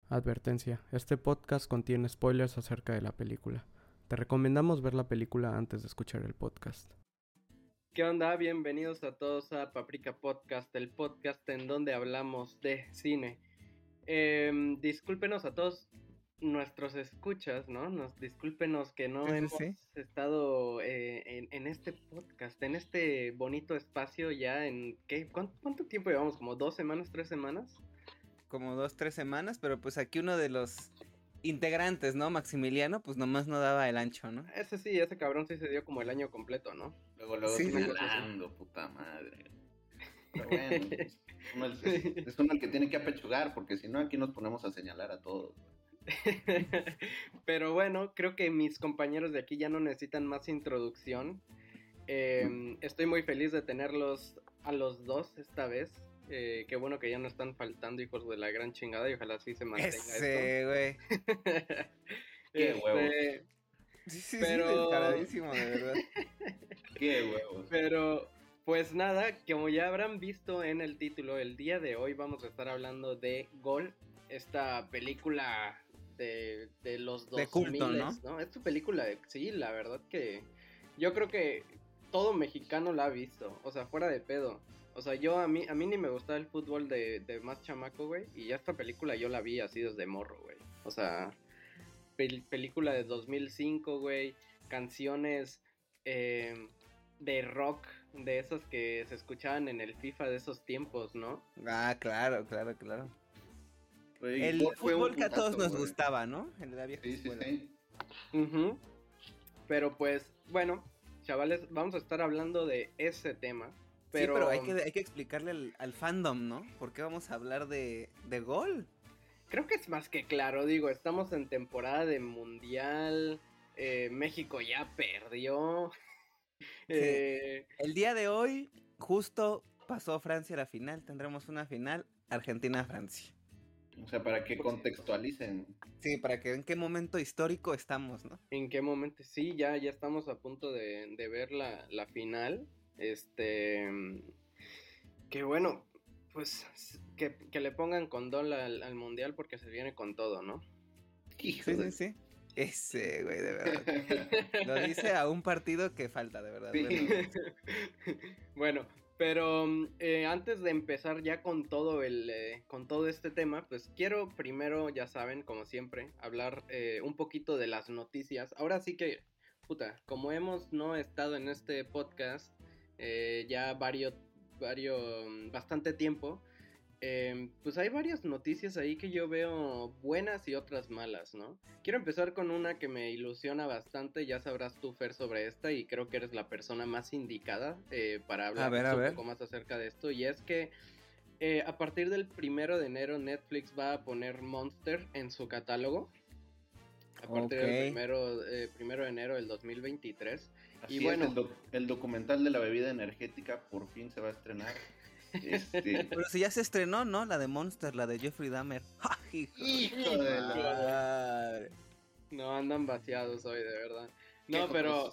Advertencia, este podcast contiene spoilers acerca de la película. Te recomendamos ver la película antes de escuchar el podcast. ¿Qué onda? Bienvenidos a todos a Paprika Podcast, el podcast en donde hablamos de cine. Discúlpenos a todos nuestros escuchas, ¿no? Discúlpenos que no hemos estado en este podcast, en este bonito espacio ya en... ¿Cuánto tiempo llevamos? ¿Como 2 semanas, 3 semanas? Como 2, 3 semanas, pero pues aquí uno de los integrantes, ¿no? Maximiliano, pues nomás no daba el ancho, ¿no? Ese cabrón sí se dio como el año completo, ¿no? Luego Sí, señalando, puta madre. Pero bueno, es uno el que tiene que apechugar, porque si no aquí nos ponemos a señalar a todos. Pero bueno, creo que mis compañeros de aquí ya no necesitan más introducción. Estoy muy feliz de tenerlos a los dos esta vez. Qué bueno que ya no están faltando, hijos de la gran chingada, y ojalá sí se mantenga ese, güey. Qué huevos. Sí, pero... descaradísimo, de verdad. Qué huevos. Pero, pues nada, como ya habrán visto en el título, el día de hoy vamos a estar hablando de Gol, esta película de los 2000, de culto, ¿no? Es tu película, sí, la verdad que yo creo que todo mexicano la ha visto, o sea, fuera de pedo. O sea, a mí ni me gustaba el fútbol de más chamaco, güey, y ya esta película yo la vi así desde morro, güey. O sea, película de 2005, güey, canciones de rock, de esos que se escuchaban en el FIFA de esos tiempos, ¿no? Ah, claro. Güey, El fue fútbol un que a todos putazo, nos güey. gustaba, ¿no? El de la vieja Sí. escuela. Uh-huh. Pero pues, bueno, chavales, vamos a estar hablando de ese tema. Pero... Sí, pero hay que explicarle al fandom, ¿no? ¿Por qué vamos a hablar de Gol? Creo que es más que claro, digo, estamos en temporada de mundial, México ya perdió. El día de hoy, justo pasó Francia a la final, tendremos una final Argentina-Francia. O sea, para que contextualicen. Sí, para que en qué momento histórico estamos, ¿no? ¿En qué momento? Sí, ya estamos a punto de ver la final. Que bueno, pues que le pongan condón al mundial porque se viene con todo, ¿no? Hijo de... Sí. Ese, güey, de verdad. Lo dice a un partido que falta, de verdad. Sí. Bueno, pero antes de empezar ya con todo con todo este tema, pues quiero primero, ya saben, como siempre, hablar un poquito de las noticias. Ahora sí que, puta, como hemos no estado en este podcast ya bastante tiempo, pues hay varias noticias ahí que yo veo buenas y otras malas, ¿no? Quiero empezar con una que me ilusiona bastante, ya sabrás tú, Fer, sobre esta, y creo que eres la persona más indicada para hablar un poco más acerca de esto, y es que a partir del 1 de enero Netflix va a poner Monster en su catálogo. A partir del primero de enero del 2023. Así y bueno, el documental de la bebida energética por fin se va a estrenar. Pero si ya se estrenó, ¿no? La de Monster, la de Jeffrey Dahmer. Hijo de la... No, andan vaciados hoy, de verdad. No, pero...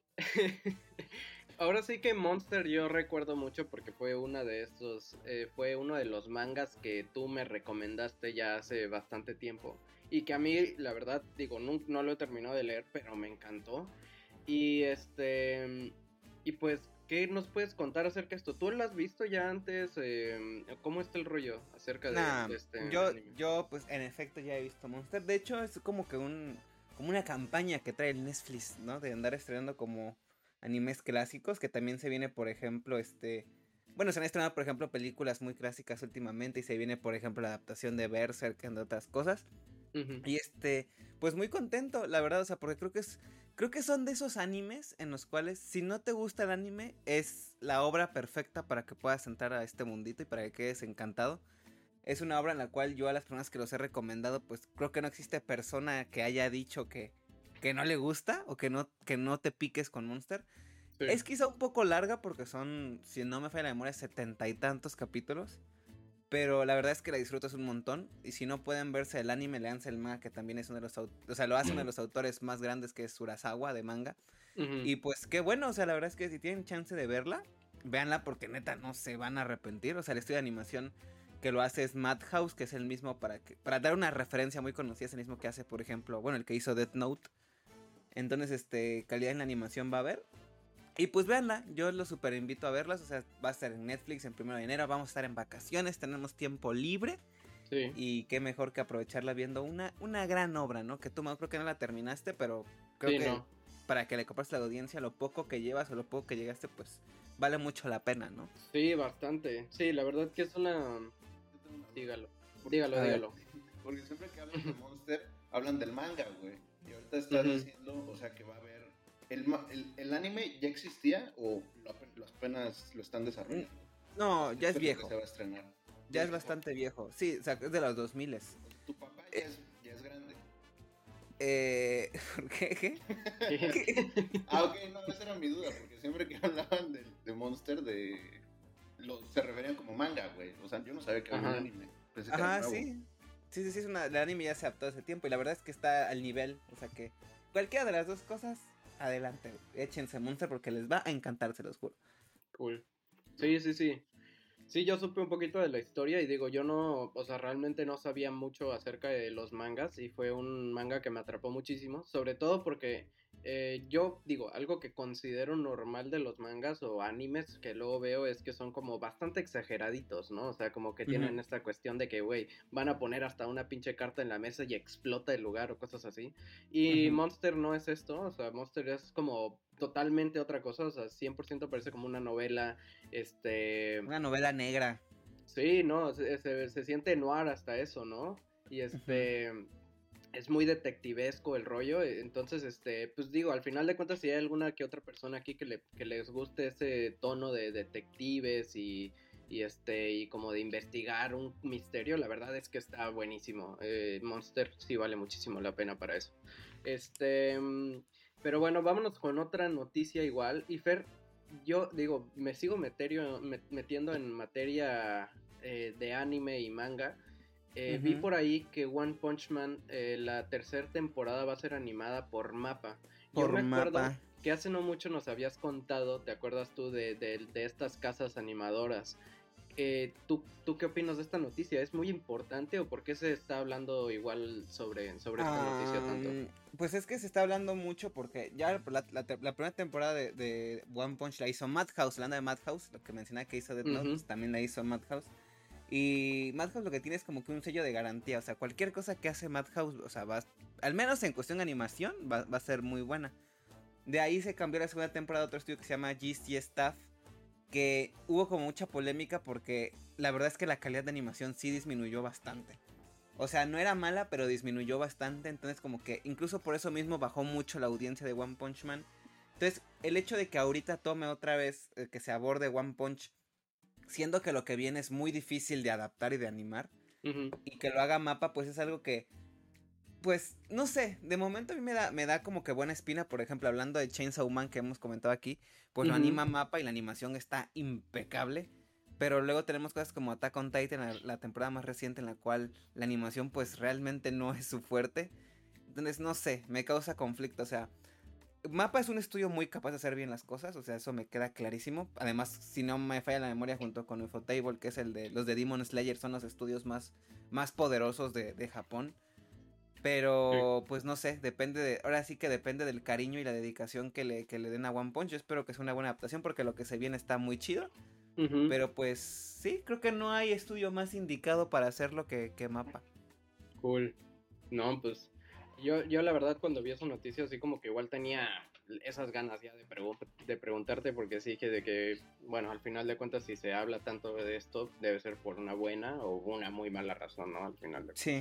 Ahora sí que Monster yo recuerdo mucho porque fue uno de los mangas que tú me recomendaste ya hace bastante tiempo. Y que a mí, la verdad, digo, no lo he terminado de leer, pero me encantó. Y y pues, ¿qué nos puedes contar acerca de esto? ¿Tú lo has visto ya antes? ¿Cómo está el rollo acerca de este anime? Yo, pues, en efecto ya he visto Monster. De hecho, es como que como una campaña que trae el Netflix, ¿no? De andar estrenando como animes clásicos, que también se viene, por ejemplo, bueno, se han estrenado, por ejemplo, películas muy clásicas últimamente, y se viene, por ejemplo, la adaptación de Berserk, entre otras cosas. Uh-huh. Y pues muy contento, la verdad, o sea, porque creo que son de esos animes en los cuales, si no te gusta el anime, es la obra perfecta para que puedas entrar a este mundito y para que quedes encantado. Es una obra en la cual yo a las personas que los he recomendado, pues creo que no existe persona que haya dicho que no le gusta o que no te piques con Monster. Sí. Es quizá un poco larga porque son, si no me falla la memoria, 70 y tantos capítulos. Pero la verdad es que la disfrutas un montón. Y si no pueden verse el anime, leanse el manga, que también es uno de los o sea, lo hace uno de los autores más grandes, que es Urasawa, de manga. Uh-huh. Y pues qué bueno, o sea, la verdad es que si tienen chance de verla, véanla porque neta no se van a arrepentir. O sea, el estudio de animación que lo hace es Madhouse, que es el mismo para dar una referencia muy conocida, es el mismo que hace, por ejemplo, bueno, el que hizo Death Note. Entonces, calidad en la animación va a haber. Y pues véanla, yo los super invito a verlas, o sea, va a estar en Netflix en 1 de enero, vamos a estar en vacaciones, tenemos tiempo libre. Sí. Y qué mejor que aprovecharla viendo una gran obra, ¿no? Que tú, Mau, creo que no la terminaste, pero creo Sí, que no. para que le compartas a la audiencia lo poco que llevas o lo poco que llegaste, pues vale mucho la pena, ¿no? Sí, bastante. Sí, la verdad que es una... Yo tengo una duda. Dígalo, Porque- dígalo, A ver. dígalo. Porque siempre que hablan de Monster, hablan del manga, güey. Y ahorita estás Ujú. diciendo, o sea, que va a haber... ¿El anime ya existía o apenas lo están desarrollando? No, ya es Esto viejo, que se va a estrenar. ya es bastante viejo. Sí, o sea, es de los 2000. Tu papá ya es grande. ¿Por qué? Ah, ok, no, esa era mi duda, porque siempre que hablaban de Monster, se referían como manga, güey. O sea, yo no sabía que había un Ajá. anime. Pensé que era Ajá, nuevo. sí. Sí, el anime ya se adaptó hace tiempo y la verdad es que está al nivel, o sea que cualquiera de las dos cosas, adelante, échense Monster porque les va a encantar, se los juro. Cool. Sí, sí, sí. Sí, yo supe un poquito de la historia y digo, yo no, o sea, realmente no sabía mucho acerca de los mangas y fue un manga que me atrapó muchísimo, sobre todo porque yo digo, algo que considero normal de los mangas o animes que luego veo es que son como bastante exageraditos, ¿no? O sea, como que tienen Ujú. esta cuestión de que, güey, van a poner hasta una pinche carta en la mesa y explota el lugar o cosas así. Y Ujú. Monster no es esto, o sea, Monster es como totalmente otra cosa, o sea, 100% parece como una novela, Una novela negra. sí, no, se siente noir hasta eso, ¿no? Y es muy detectivesco el rollo, entonces, pues digo, al final de cuentas, si hay alguna que otra persona aquí que les guste ese tono de detectives y como de investigar un misterio, la verdad es que está buenísimo. Monster sí vale muchísimo la pena para eso. Pero bueno, vámonos con otra noticia igual. Y Fer, yo digo, me sigo metiendo en materia de anime y manga. Vi Ujú. por ahí que One Punch Man, la tercera temporada va a ser animada por Mappa. Yo Por me acuerdo Mappa. que hace no mucho nos habías contado, ¿te acuerdas tú de estas casas animadoras? ¿Tú qué opinas de esta noticia? ¿Es muy importante o por qué se está hablando igual sobre esta noticia tanto? Pues es que se está hablando mucho porque ya la primera temporada de One Punch la hizo Madhouse, la banda de Madhouse, lo que mencionaba que hizo Death Note, Ujú. pues también la hizo Madhouse. Y Madhouse lo que tiene es como que un sello de garantía, o sea, cualquier cosa que hace Madhouse, o sea, al menos en cuestión de animación, va a ser muy buena. De ahí se cambió la segunda temporada a otro estudio que se llama GC Staff, que hubo como mucha polémica porque la verdad es que la calidad de animación sí disminuyó bastante. O sea, no era mala, pero disminuyó bastante. Entonces como que incluso por eso mismo bajó mucho la audiencia de One Punch Man. Entonces el hecho de que ahorita tome otra vez que se aborde One Punch, siendo que lo que viene es muy difícil de adaptar y de animar, Ujú. y que lo haga Mapa, pues es algo que, pues, no sé, de momento a mí me da como que buena espina. Por ejemplo, hablando de Chainsaw Man que hemos comentado aquí, pues lo Ujú. anima Mapa y la animación está impecable. Pero luego tenemos cosas como Attack on Titan, la temporada más reciente en la cual la animación pues realmente no es su fuerte. Entonces, no sé, me causa conflicto. O sea, Mapa es un estudio muy capaz de hacer bien las cosas, o sea, eso me queda clarísimo. Además, si no me falla la memoria, junto con Ufotable, que es el de los de Demon Slayer, son los estudios más poderosos de Japón. Sí. Pero, pues no sé, ahora sí que depende del cariño y la dedicación que le den a One Punch. Yo espero que sea una buena adaptación porque lo que se viene está muy chido. Ujú. Pero pues sí, creo que no hay estudio más indicado para hacerlo que Mapa. Cool. No, pues yo la verdad cuando vi esa noticia así como que igual tenía esas ganas ya de preguntarte porque sí que de que, bueno, al final de cuentas si se habla tanto de esto debe ser por una buena o una muy mala razón, ¿no? Al final de cuentas. Sí.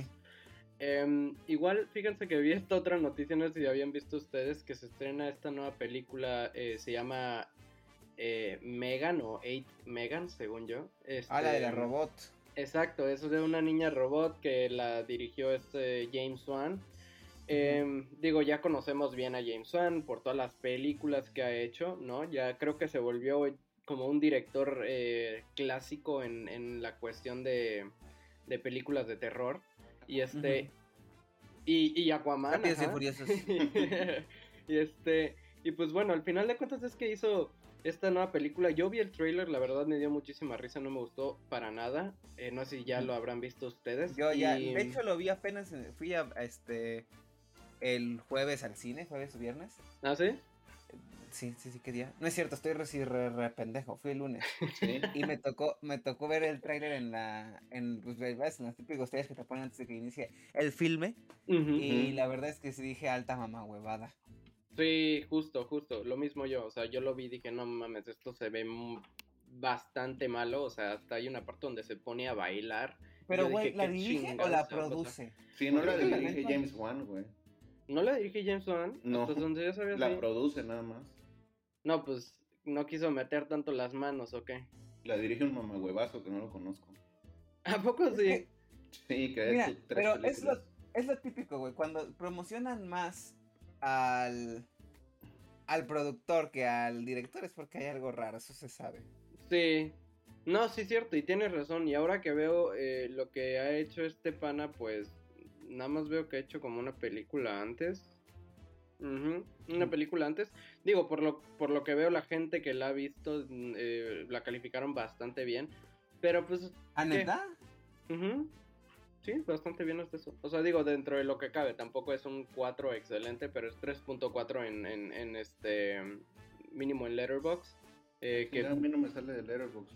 Igual, fíjense que vi esta otra noticia, no sé si habían visto ustedes, que se estrena esta nueva película, se llama Megan o Eight Megan, según yo. La de la robot. Exacto, eso es de una niña robot que la dirigió James Wan. Digo, ya conocemos bien a James Wan por todas las películas que ha hecho, ¿no? Ya creo que se volvió como un director clásico en la cuestión de películas de terror. Y Ujú. y Aquaman, Rápidos y ajá. Furiosos. y y pues bueno, al final de cuentas es que hizo esta nueva película. Yo vi el tráiler, la verdad me dio muchísima risa, no me gustó para nada. No sé si ya lo habrán visto ustedes. Yo ya, de hecho lo vi apenas, fui a el jueves al cine, jueves o viernes. ¿Ah, sí? Sí, ¿qué día? No es cierto, estoy re pendejo, fui el lunes. Sí. Y me tocó ver el tráiler en los típicos trailers que te ponen antes de que inicie el filme. Y la verdad es que sí dije alta mamá huevada. Sí, justo, lo mismo yo, o sea, yo lo vi y dije, no mames, esto se ve bastante malo, o sea, hasta hay una parte donde se pone a bailar. Pero, güey, ¿la dirige o la produce? Sí, no la dirige James Wan, güey. ¿No la dirige James Wan? No, hasta donde yo sabía, la sí. produce nada más. No, pues, no quiso meter tanto las manos, ¿o qué? La dirige un mamagüevazo que no lo conozco. ¿A poco sí? Sí, que mira, ha hecho 3 pero películas. es lo típico, güey, cuando promocionan más al productor que al director es porque hay algo raro, eso se sabe. Sí, no, sí es cierto, y tienes razón, y ahora que veo lo que ha hecho este pana, pues, nada más veo que ha hecho como una película antes. Una película antes. Digo, por lo que veo, la gente que la ha visto la calificaron bastante bien. Pero pues. ¿Ah, neta? Sí, bastante bien hasta eso. O sea, digo, dentro de lo que cabe. Tampoco es un 4 excelente, pero es 3.4 en este mínimo en Letterboxd. Que a mí no me sale de Letterboxd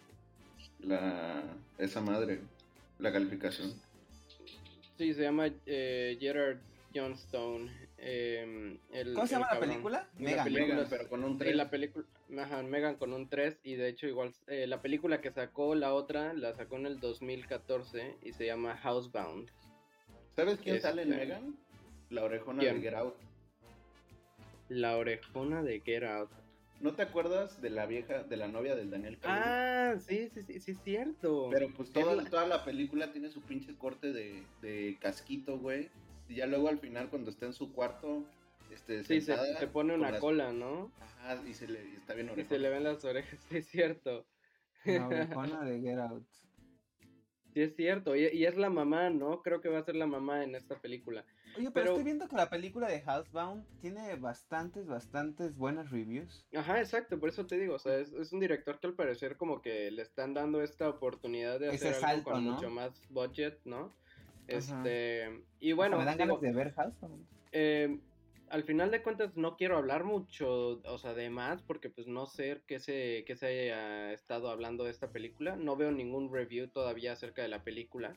esa madre, la calificación. Sí, se llama Gerard Johnstone. ¿Cómo se llama la película? Megan, pero con un 3. La película, Megan con un 3. Y de hecho, igual la película que sacó, la otra, la sacó en el 2014 y se llama Housebound. ¿Sabes quién sale en Megan? La orejona de Get Out. La orejona de Get Out. ¿No te acuerdas de la vieja, de la novia del Daniel Craig? Ah, sí, es cierto. Pero pues toda la película tiene su pinche corte de casquito, güey. Y ya luego al final cuando está en su cuarto, sí, se pone una cola, ¿no? Ajá, y está bien orejona. Y se le ven las orejas, sí es cierto. La orejona de Get Out. Sí es cierto, y es la mamá, ¿no? Creo que va a ser la mamá en esta película. Oye, pero estoy viendo que la película de Housebound tiene bastantes buenas reviews. Ajá, exacto, por eso te digo, o sea, es un director que al parecer como que le están dando esta oportunidad de hacer algo con mucho más budget, ¿no? Y bueno, me dan ganas de ver Housebound. Al final de cuentas no quiero hablar mucho, o sea, de más, porque pues no sé qué se haya estado hablando de esta película. No veo ningún review todavía acerca de la película.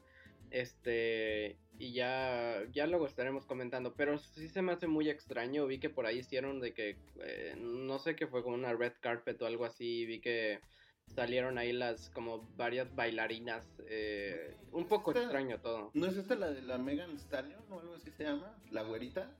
Y ya luego estaremos comentando, pero sí se me hace muy extraño. Vi que por ahí hicieron de que, no sé, qué fue como una red carpet o algo así. Vi que salieron ahí como varias bailarinas. Un poco extraño todo. ¿No es esta la de la Megan Stallion o algo así se llama? ¿La güerita?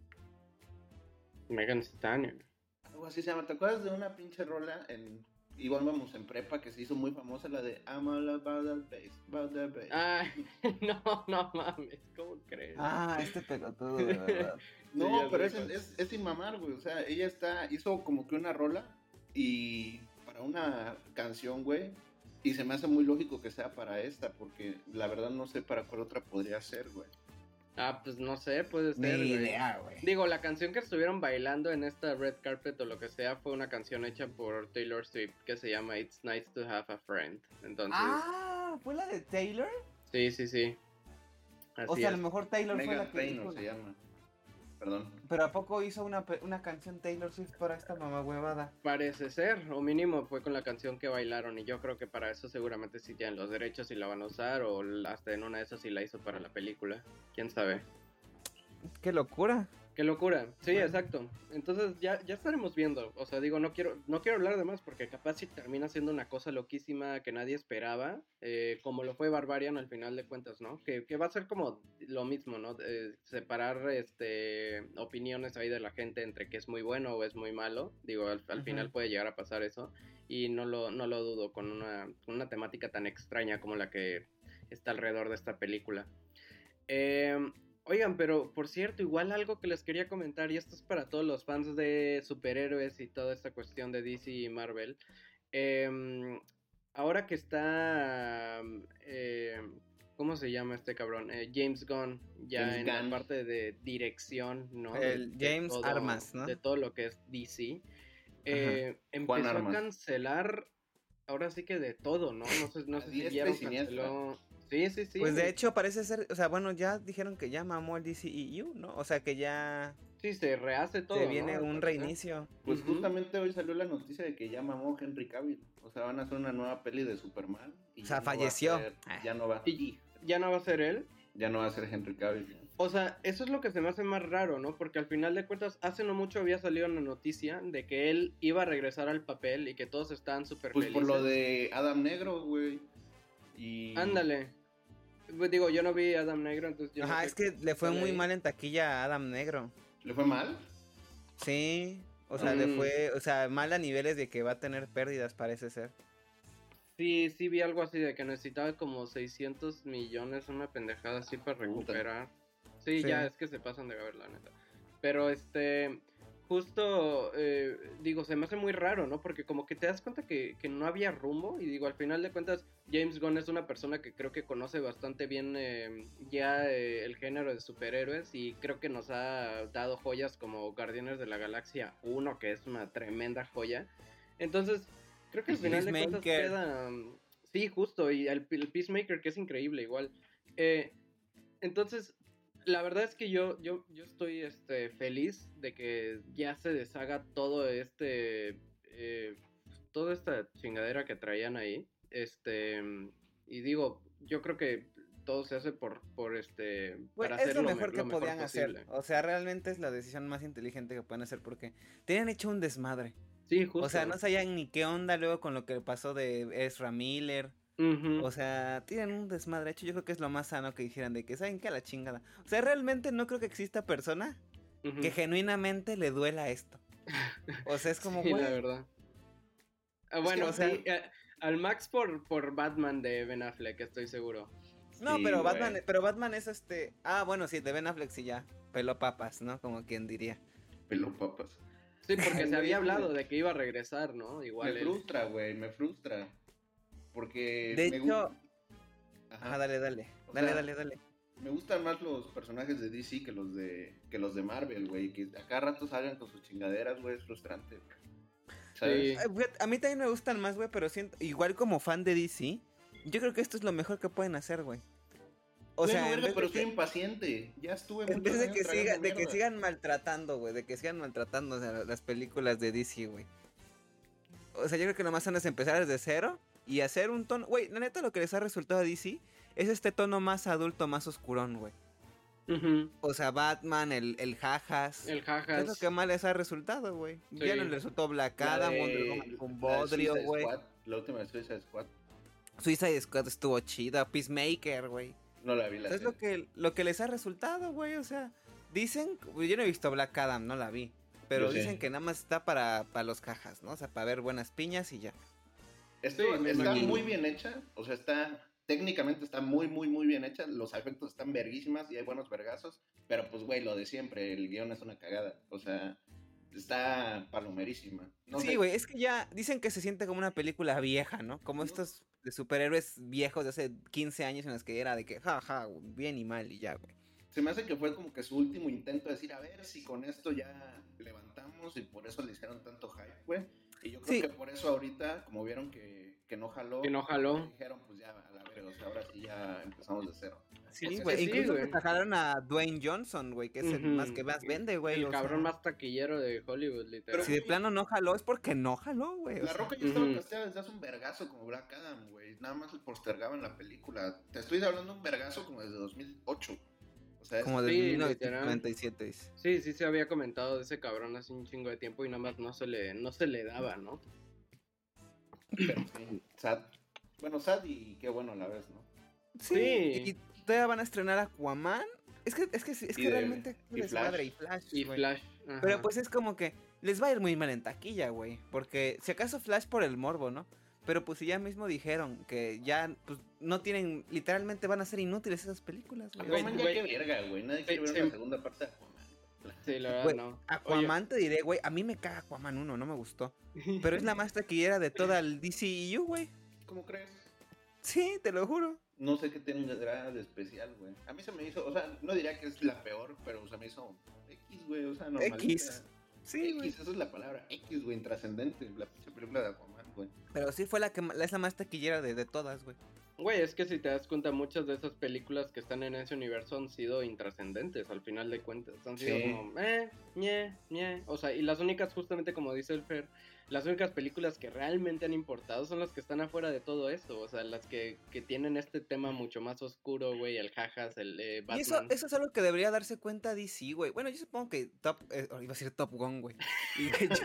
Megan Stallion. Algo así se llama. ¿Te acuerdas de una pinche rola igual vamos en prepa que se hizo muy famosa, la de I'm all about the bass, Ah, no mames, ¿cómo crees? Este pelotudo, de verdad. No, sí, pero es sin mamar, güey. O sea, ella hizo como que una rola y para una canción, güey. Y se me hace muy lógico que sea para esta, porque la verdad no sé para cuál otra podría ser, güey. Pues no sé, puede ser. Ni idea, güey. Digo, la canción que estuvieron bailando en esta red carpet o lo que sea fue una canción hecha por Taylor Swift que se llama It's Nice to Have a Friend. Entonces. ¿Fue la de Taylor? Sí. Así o sea, a lo mejor Taylor Megan fue la que Trainor se llama. Perdón. Pero ¿a poco hizo una canción Taylor Swift para esta mamá huevada? Parece ser, o mínimo fue con la canción que bailaron, y yo creo que para eso seguramente sí tienen los derechos y la van a usar, o hasta en una de esas sí la hizo para la película, quién sabe. ¡Qué locura! ¡Qué locura! Sí, bueno. Exacto. Entonces ya estaremos viendo. O sea, digo, no quiero hablar de más porque capaz si termina siendo una cosa loquísima que nadie esperaba, como lo fue Barbarian al final de cuentas, ¿no? Que va a ser como lo mismo, ¿no? Separar opiniones ahí de la gente entre que es muy bueno o es muy malo. Digo, al final puede llegar a pasar eso. Y no lo dudo con una temática tan extraña como la que está alrededor de esta película. Oigan, pero por cierto, igual algo que les quería comentar, y esto es para todos los fans de superhéroes y toda esta cuestión de DC y Marvel. Ahora que está, ¿cómo se llama este cabrón? James Gunn, la parte de dirección, ¿no? El James Armas, ¿no? De todo lo que es DC. empezó a Armas. cancelar, ahora sí que de todo, ¿no? No sé si diestra y vieron, siniestra. canceló. Sí. Pues de hecho parece ser, o sea, bueno, ya dijeron que ya mamó el DCEU, ¿no? O sea, que ya Sí, se rehace todo, se ¿no? viene Al un parecer. reinicio. Pues Ujú. justamente hoy salió la noticia de que ya mamó Henry Cavill. O sea, van a hacer una nueva peli de Superman. Y O sea, ya no va a falleció. ser- ya no va. Y ya no va a ser él. Ya no va a ser Henry Cavill. O sea, eso es lo que se me hace más raro, ¿no? Porque al final de cuentas, hace no mucho había salido una noticia de que él iba a regresar al papel y que todos estaban súper Pues felices. por lo de Adam Negro, güey. Y. Ándale. Pues digo, yo no vi a Adam Negro, entonces yo no Ajá, sé es que le fue cuál muy ahí. mal en taquilla a Adam Negro. ¿Le fue mal? Sí, o sea, le fue, o sea, mal a niveles de que va a tener pérdidas, parece ser. Sí vi algo así de que necesitaba como 600 millones, una pendejada así para Puta. recuperar. Sí, Sí. ya es que se pasan de ver, la neta. Pero justo, digo, se me hace muy raro, ¿no? Porque como que te das cuenta que no había rumbo y digo, al final de cuentas, James Gunn es una persona que creo que conoce bastante bien ya el género de superhéroes y creo que nos ha dado joyas como Guardianes de la Galaxia 1, que es una tremenda joya. Entonces, creo que al final de cuentas Peacemaker. queda... Sí, justo, y el Peacemaker, que es increíble igual. Entonces, la verdad es que yo estoy feliz de que ya se deshaga todo toda esta chingadera que traían ahí. Y digo, yo creo que todo se hace por Pues para es hacer lo mejor que lo mejor podían posible. hacer. O sea, realmente es la decisión más inteligente que pueden hacer porque tenían hecho un desmadre. Sí, justo. O sea, no sabían ni qué onda luego con lo que pasó de Ezra Miller. Ujú. O sea, tienen un desmadre. De hecho, yo creo que es lo más sano que dijeran de que saben que a la chingada. O sea, realmente no creo que exista persona Ujú. que genuinamente le duela esto. O sea, es como, Sí, güey. la verdad. Bueno, o sea- sí, al Max por Batman de Ben Affleck, estoy seguro. No, Sí, pero güey. Batman es Ah, bueno, sí, de Ben Affleck sí ya. Peló papas, ¿no? Como quien diría. Peló papas. Sí, porque se Güey, había hablado de que iba a regresar, ¿no? Igual Me él. frustra, güey, me frustra. Porque De me hecho- Ajá. Ajá, dale. O Dale, sea, dale. Me gustan más los personajes de DC que los de Marvel, güey. Que a cada rato salgan con sus chingaderas, güey, es frustrante. ¿Sabes? Sí. A mí también me gustan más, güey, pero siento, igual como fan de DC, yo creo que esto es lo mejor que pueden hacer, güey. O Bueno, sea, en verga, vez pero de que- estoy impaciente. Ya estuve En muchos vez de años que tragando de que mierda. sigan maltratando, güey, de que sigan maltratando, o sea, las películas de DC, güey. O sea, yo creo que lo más sano es empezar desde cero y hacer un tono, güey, la neta lo que les ha resultado a DC es este tono más adulto, más oscurón, güey. Ujú. O sea, Batman, el Jajas. El Es lo Jajas. que más les ha resultado, güey. Sí. Ya no les resultó Black La Adam, de- Wonder Woman con la de bodrio, Suicide güey. Squad, la última de Suicide Squad. Suicide Squad estuvo chida, Peacemaker, güey. No la vi, la Es lo que les ha resultado, güey. O sea, dicen, yo no he visto Black Adam, no la vi. Pero Yo sí. dicen que nada más está para los cajas, ¿no? O sea, para ver buenas piñas y ya. Esto Sí, me está imagino. muy bien hecha. O sea, técnicamente está muy, muy, muy bien hecha. Los efectos están verguísimas y hay buenos vergazos. Pero pues, güey, lo de siempre. El guión es una cagada. O sea, está palomerísima. No Sí, sé. güey, es que ya dicen que se siente como una película vieja, ¿no? Como estos de superhéroes viejos de hace 15 años en los que era de que, jaja, bien y mal y ya, güey. Se me hace que fue como que su último intento de decir, a ver si con esto ya levantamos, y por eso le hicieron tanto hype, güey. Y yo creo Sí. que por eso ahorita, como vieron que no jaló, Que no jaló. dijeron, pues ya, a la verga, o sea, ahora sí ya empezamos de cero. Sí, O sea, güey. sí, Incluso güey. que sacaron a Dwayne Johnson, güey, que es el Ujú. más que más vende, güey. El o cabrón sea, más taquillero de Hollywood, literal. Si de plano no jaló, es porque no jaló, güey. o La sea. Roca ya estaba Ujú. casteada desde hace un vergazo como Black Adam, güey. Nada más postergaban la película. Te estoy hablando de un vergazo como desde 2008. O sea, Como es- de Sí, 1997, dice. Sí se había comentado de ese cabrón hace un chingo de tiempo y nada más no se le daba, ¿no? pero sí, sad. Bueno, sad y qué bueno a la vez, ¿no? Sí. Sí. Y todavía van a estrenar Aquaman. Es que Y realmente y es madre y Flash. Flash. Y güey. Flash. Ajá. Pero pues es como que les va a ir muy mal en taquilla, güey. Porque si acaso Flash por el morbo, ¿no? Pero pues si ya mismo dijeron que ya pues, no tienen, literalmente van a ser inútiles esas películas, güey. Güey, Aquaman ya güey. qué verga, güey. Nadie quiere ver Sí. una segunda parte de Aquaman. Sí, la verdad Güey, no. Aquaman te diré, güey, a mí me caga Aquaman 1, no me gustó. Oye. Pero es la más taquillera de toda el DCEU, güey. ¿Cómo crees? Sí, te lo juro. No sé qué tendrá de especial, güey. A mí se me hizo, o sea, no diría que es la peor, pero se me hizo X, güey, o sea, normalita. X. Sí, güey. X, esa es la palabra, X, güey, intrascendente, la pinche película de Aquaman, güey. Pero sí fue es la más taquillera de todas, güey. Güey, es que si te das cuenta, muchas de esas películas que están en ese universo han sido intrascendentes, al final de cuentas. Han sido Sí. como, ñe. O sea, y las únicas, justamente como dice el Fer, las únicas películas que realmente han importado son las que están afuera de todo eso. O sea, las que tienen este tema mucho más oscuro, güey, el jajas, el Batman. Y eso es algo que debería darse cuenta DC, güey. Bueno, yo supongo que iba a decir Top Gun, güey. Y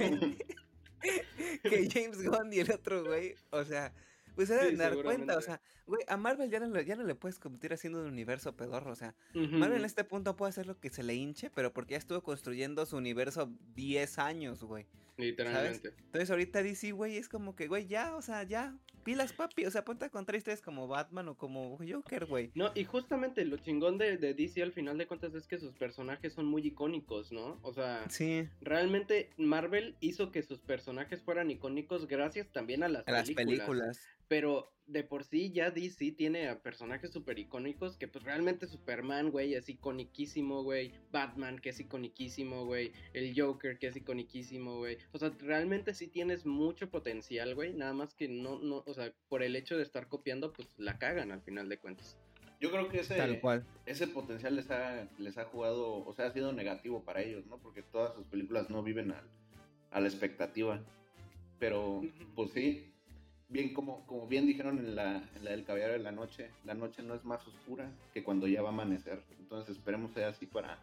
que James Gunn y el otro, güey, o sea, pues se deben Sí, dar cuenta, seguramente. o sea, güey, a Marvel ya no le puedes competir haciendo un universo pedorro, o sea, Ujú. Marvel en este punto puede hacer lo que se le hinche, pero porque ya estuvo construyendo su universo 10 años, güey. Literalmente. Entonces ahorita DC, güey, es como que, güey, ya, o sea, ya, pilas, papi, o sea, ponte a contar historias como Batman o como Joker, güey. No, y justamente lo chingón de DC al final de cuentas es que sus personajes son muy icónicos, ¿no? O sea, Sí, realmente Marvel hizo que sus personajes fueran icónicos gracias también a las a las películas. Pero de por sí ya DC tiene a personajes súper icónicos que pues realmente Superman, güey, es iconiquísimo, güey. Batman, que es iconiquísimo, güey. El Joker, que es iconiquísimo, güey. O sea, realmente sí tienes mucho potencial, güey. Nada más que no, o sea, por el hecho de estar copiando, pues la cagan al final de cuentas. Yo creo que Tal cual. ese potencial les ha jugado, o sea, ha sido negativo para ellos, ¿no? Porque todas sus películas no viven a la expectativa. Pero, pues sí, bien como bien dijeron en la del Caballero de la noche no es más oscura que cuando ya va a amanecer. Entonces esperemos sea así para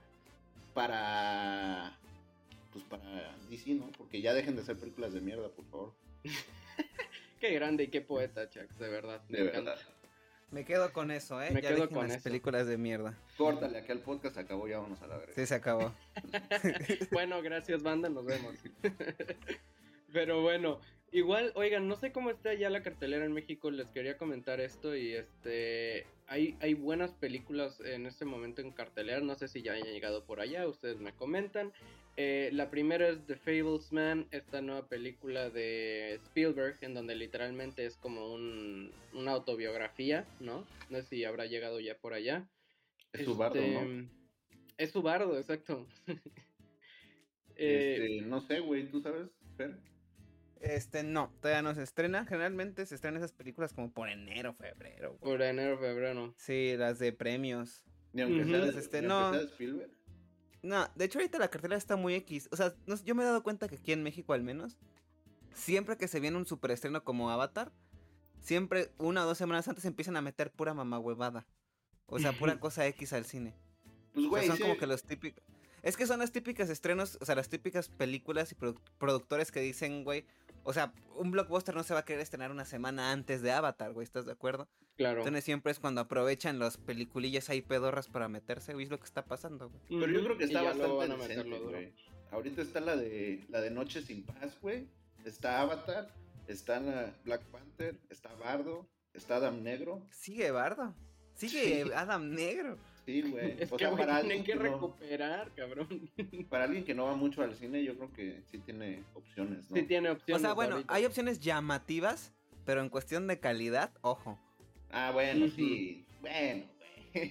DC, ¿no? Porque ya dejen de ser películas de mierda, por favor. Qué grande y qué poeta, Chuck, de verdad. Me De encanta. verdad. Me quedo con eso, Me ya quedo dejen con las eso. películas de mierda. Córtale, aquí el podcast acabó, ya vamos a la verga. Sí, se acabó. Bueno, gracias, banda, nos vemos. Pero bueno, igual, oigan, no sé cómo está ya la cartelera en México, les quería comentar esto y hay buenas películas en este momento en cartelera, no sé si ya hayan llegado por allá, ustedes me comentan. La primera es The Fablesman, esta nueva película de Spielberg, en donde literalmente es como una autobiografía, ¿no? No sé si habrá llegado ya por allá. Es su bardo, ¿no? Es su bardo, exacto. No sé, güey, ¿tú sabes, Fer? No, todavía no se estrena. Generalmente se estrenan esas películas como por enero, febrero, güey. Por enero, febrero. Sí, las de premios. Ni aunque Ujú. sea, Entonces, ni no. aunque sea de Spielberg. No, de hecho ahorita la cartelera está muy X. O sea, yo me he dado cuenta que aquí en México al menos, siempre que se viene un superestreno como Avatar, siempre 1 o 2 semanas antes empiezan a meter pura mamahuevada. O sea, pura cosa X al cine. Pues, O sea, güey, son sí. como que los típicos. Es que son las típicas estrenos, o sea, las típicas películas y productores que dicen, güey, o sea, un blockbuster no se va a querer estrenar una semana antes de Avatar, güey, ¿estás de acuerdo? Claro. Entonces siempre es cuando aprovechan los peliculillas ahí pedorras para meterse, güey, es lo que está pasando, güey. Pero yo creo que está Y ya luego bastante van a decente, meterlo duro. güey. Ahorita está la de Noche sin Paz, güey. Está Avatar, está la Black Panther, está Bardo, está Adam Negro. Sigue Bardo, sigue Adam Negro. Sí, güey. Es O que sea, güey, para tienen alguien que que no, recuperar, cabrón. para alguien que no va mucho al cine, yo creo que sí tiene opciones, ¿no? Sí tiene O opciones. sea, bueno, ahorita. hay opciones llamativas, pero en cuestión de calidad, ojo. Ah, bueno, Ujú. sí. Bueno, güey.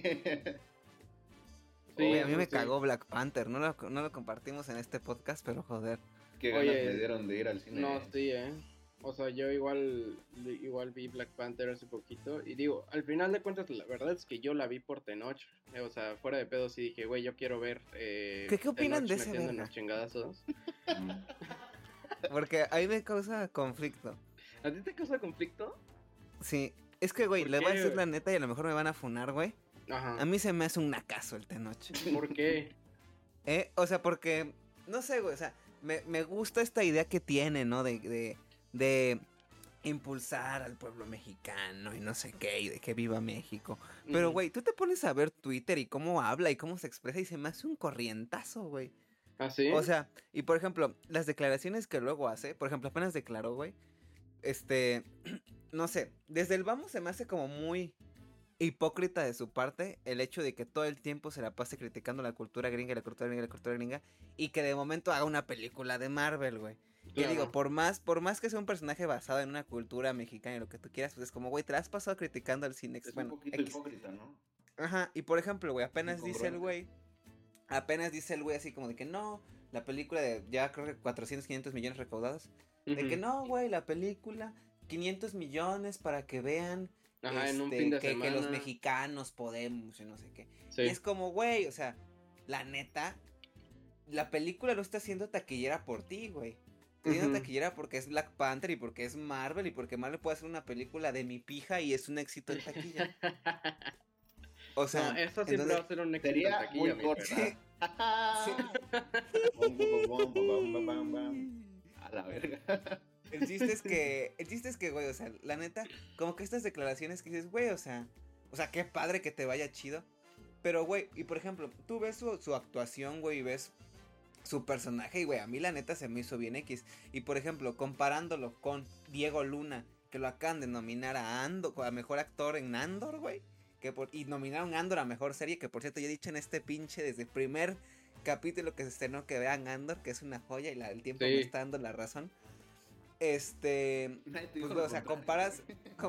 Sí, Güey, a mí me sí. cagó Black Panther, no lo compartimos en este podcast, pero joder. Qué ganas Oye, me dieron de ir al cine. No, sí, O sea, yo igual vi Black Panther hace poquito. Y digo, al final de cuentas, la verdad es que yo la vi por Tenoch. O sea, fuera de pedo, sí dije, güey, yo quiero ver. ¿Qué opinan Tenoch de ese metiendo verga? unos chingadazos. Mm. Porque ahí me causa conflicto. ¿A ti te causa conflicto? Sí, es que, güey, ¿Por le voy a qué, decir güey? la neta y a lo mejor me van a funar, güey. Ajá. A mí se me hace un nacazo el Tenoch. ¿Por qué? O sea, porque, no sé, güey, o sea, me gusta esta idea que tiene, ¿no? De impulsar al pueblo mexicano y no sé qué, y de que viva México. Pero, Ujú. güey, tú te pones a ver Twitter y cómo habla y cómo se expresa y se me hace un corrientazo, güey. ¿Ah, sí? O sea, y por ejemplo, las declaraciones que luego hace, por ejemplo, apenas declaró, güey, no sé, desde el vamos se me hace como muy hipócrita de su parte el hecho de que todo el tiempo se la pase criticando la cultura gringa, la cultura gringa, la cultura gringa, y que de momento haga una película de Marvel, güey. Que Claro. digo, por más que sea un personaje basado en una cultura mexicana y lo que tú quieras, pues es como, güey, te la has pasado criticando al cine. Es Bueno, un poquito X. hipócrita, ¿no? Ajá, y por ejemplo, güey, apenas dice el Incongruente. güey así como de que no, la película de ya creo que 400, 500 millones recaudados. De que no, güey, la película, 500 millones para que vean Ajá, en un fin de semana. que los mexicanos podemos y no sé qué. Sí. Y es como, güey, o sea, la neta, la película no está siendo taquillera por ti, güey. Está siendo taquillera porque es Black Panther y porque es Marvel y porque Marvel puede hacer una película de mi pija y es un éxito en taquilla. O sea, no, eso siempre va a ser un éxito en taquilla, mi perra. A la verga. El chiste es que, güey, o sea, la neta, como que estas declaraciones que dices, güey, o sea, qué padre que te vaya chido. Pero, güey, y por ejemplo, tú ves su actuación, güey, y ves su personaje, y güey, a mí la neta se me hizo bien X. Y por ejemplo, comparándolo con Diego Luna, que lo acaban de nominar a mejor actor en Andor, güey. Y nominaron a Andor a mejor serie, que por cierto ya he dicho en este pinche desde el primer capítulo que se estrenó que vean Andor, que es una joya y el tiempo me está dando la razón. Pues, güey, o sea, comparas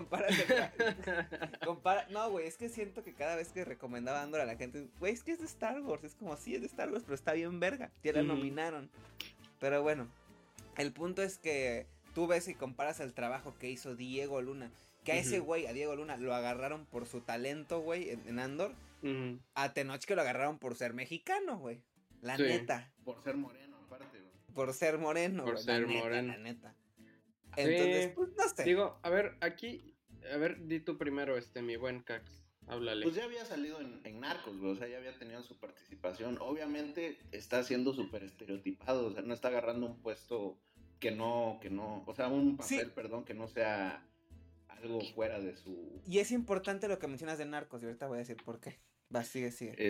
no, güey, es que siento que cada vez que recomendaba Andor a la gente, güey, es que es de Star Wars, es como, sí, es de Star Wars, pero está bien verga, ya la nominaron. Pero bueno, el punto es que tú ves y comparas el trabajo que hizo Diego Luna, que a ese güey, a Diego Luna, lo agarraron por su talento, güey, en Andor, a Tenoch que lo agarraron por ser mexicano, güey, la neta. Por ser moreno, aparte, güey. Por ser moreno, por ser moreno. La neta. Entonces, pues no sé. Digo, a ver, di tú primero, mi buen Cax, háblale. Pues ya había salido en Narcos, güey, o sea, ya había tenido su participación. Obviamente está siendo súper estereotipado, o sea, no está agarrando un puesto que no, o sea, un papel, perdón, que no sea algo fuera de su... Y es importante lo que mencionas de Narcos, y ahorita voy a decir por qué. Va, sigue.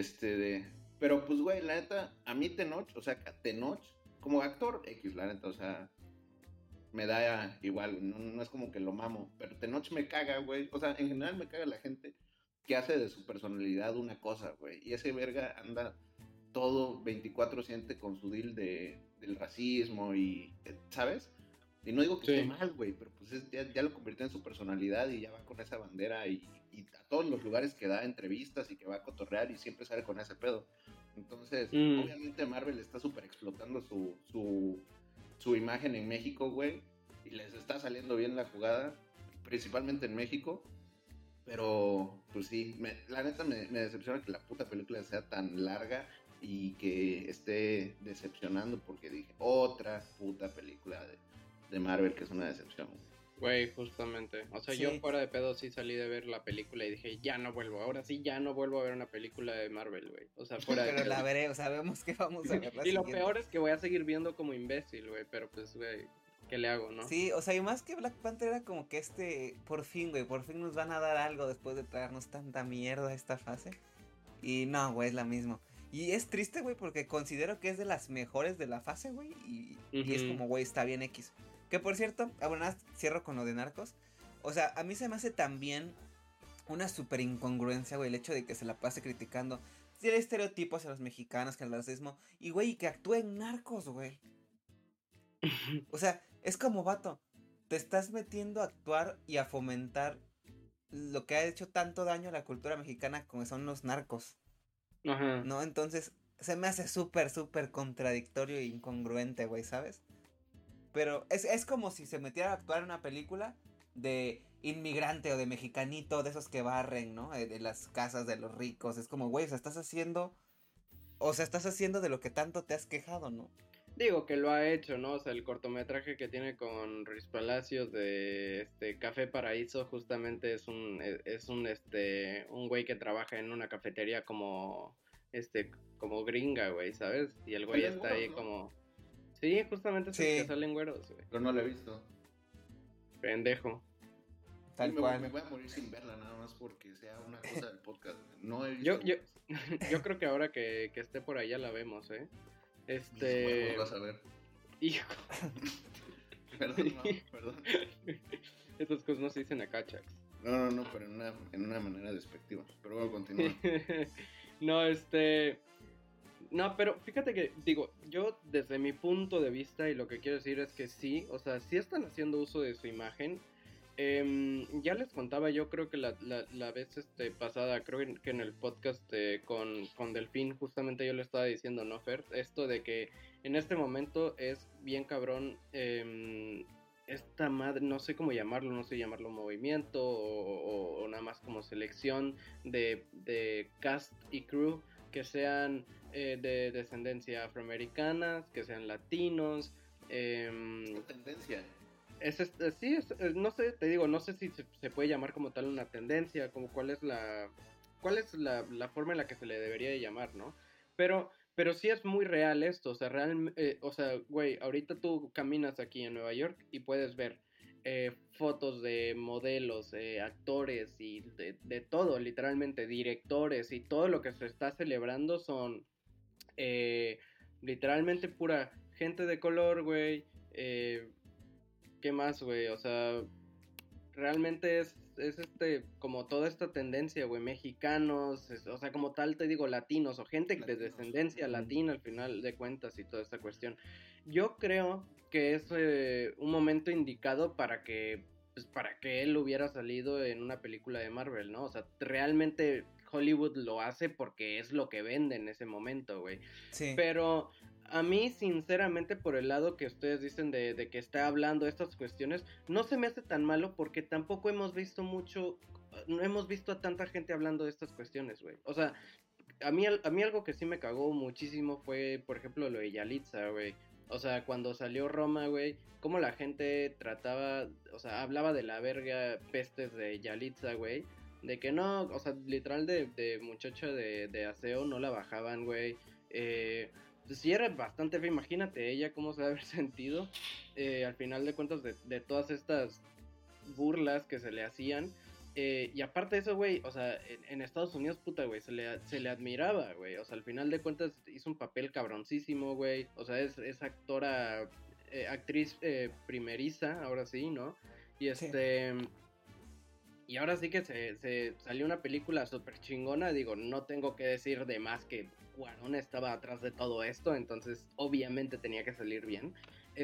Pero pues, güey, la neta, a mí Tenoch, como actor X, la neta, o sea... me da igual, no es como que lo mamo, pero Tenoch me caga, güey, o sea, en general me caga la gente que hace de su personalidad una cosa, güey, y ese verga anda todo 24/7 con su deal del racismo y, ¿sabes? Y no digo que esté mal, güey, pero pues ya lo convirtió en su personalidad y ya va con esa bandera y a todos los lugares que da entrevistas y que va a cotorrear y siempre sale con ese pedo. Entonces, obviamente Marvel está súper explotando su imagen en México, güey, y les está saliendo bien la jugada, principalmente en México, pero pues sí, la neta me decepciona que la puta película sea tan larga y que esté decepcionando, porque dije, otra puta película de Marvel que es una decepción. Güey, justamente, o sea, yo fuera de pedo sí salí de ver la película y dije, ya no vuelvo a ver una película de Marvel, güey, o sea, fuera de pero pedo. la veré, o sea, vemos que vamos a verla. Y lo peor es que voy a seguir viendo como imbécil, güey, pero pues, güey, ¿qué le hago, no? Sí, o sea, y más que Black Panther era como que por fin nos van a dar algo después de traernos tanta mierda a esta fase. Y no, güey, es la misma. Y es triste, güey, porque considero que es de las mejores de la fase, güey, y es como, güey, está bien X. Que por cierto, bueno, cierro con lo de Narcos. O sea, a mí se me hace también una súper incongruencia, güey, el hecho de que se la pase criticando el estereotipo hacia los mexicanos, que el racismo, y güey, que actúe en Narcos, güey. O sea, es como, vato, te estás metiendo a actuar y a fomentar lo que ha hecho tanto daño a la cultura mexicana como son los narcos. Ajá. ¿No? Entonces, se me hace súper, súper contradictorio e incongruente, güey, ¿sabes? Pero es como si se metiera a actuar en una película de inmigrante o de mexicanito, de esos que barren, ¿no? De las casas de los ricos. Es como, güey, estás haciendo de lo que tanto te has quejado, ¿no? Digo que lo ha hecho, ¿no? O sea, el cortometraje que tiene con Ruiz Palacios de Café Paraíso justamente es un güey que trabaja en una cafetería como gringa, güey, ¿sabes? Y el güey está ahí, ¿no? Como... Sí, justamente es el que salen güeros, güey. Pero no lo he visto. Pendejo. Tal cual. Me voy a morir sin verla nada más porque sea una cosa del podcast. No he visto. Yo creo que ahora que esté por allá la vemos, ¿eh? Bueno, vas a ver. Hijo. Perdón. Estas cosas no se dicen acá, Chax. No, pero en una manera despectiva. Pero bueno, continúa. No, pero fíjate que, digo, yo desde mi punto de vista y lo que quiero decir es que sí, o sea, sí están haciendo uso de su imagen, Ya les contaba, yo creo que la vez pasada, creo que en el podcast con Delfín, justamente yo le estaba diciendo, ¿no, Fer? Esto de que en este momento es bien cabrón esta madre, no sé cómo llamarlo, no sé llamarlo movimiento o nada más como selección de cast y crew que sean de descendencia afroamericana, que sean latinos. Tendencia. Sí, no sé, te digo, no sé si se puede llamar como tal una tendencia, como cuál es la forma en la que se le debería de llamar, ¿no? Pero sí es muy real esto, o sea, o sea, güey, ahorita tú caminas aquí en Nueva York y puedes ver fotos de modelos, actores y de todo, literalmente, directores y todo lo que se está celebrando son eh, literalmente pura gente de color, güey. ¿Qué más, güey? O sea, realmente es como toda esta tendencia, güey, mexicanos, o sea, como tal te digo, latinos o gente de descendencia latina al final de cuentas y toda esta cuestión. Yo creo que es un momento indicado pues, para que él hubiera salido en una película de Marvel, ¿no? O sea, realmente Hollywood lo hace porque es lo que vende en ese momento, güey. Sí. Pero a mí, sinceramente, por el lado que ustedes dicen de que está hablando estas cuestiones, no se me hace tan malo porque tampoco hemos visto mucho, no hemos visto a tanta gente hablando de estas cuestiones, güey. O sea, a mí algo que sí me cagó muchísimo fue, por ejemplo, lo de Yalitza, güey. O sea, cuando salió Roma, güey, cómo la gente trataba, o sea, hablaba de la verga pestes de Yalitza, güey. De que no, o sea, literal de muchacha de aseo no la bajaban, güey. Pues sí era bastante feo, imagínate ella cómo se debe haber sentido al final de cuentas de todas estas burlas que se le hacían. Y aparte de eso, güey, o sea, en Estados Unidos, puta, güey, se le admiraba, güey. O sea, al final de cuentas hizo un papel cabroncísimo, güey. O sea, es actora, actriz primeriza, ahora sí, ¿no? Y Sí. Y ahora sí que se salió una película súper chingona. Digo, no tengo que decir de más que Cuarón estaba atrás de todo esto. Entonces, obviamente tenía que salir bien.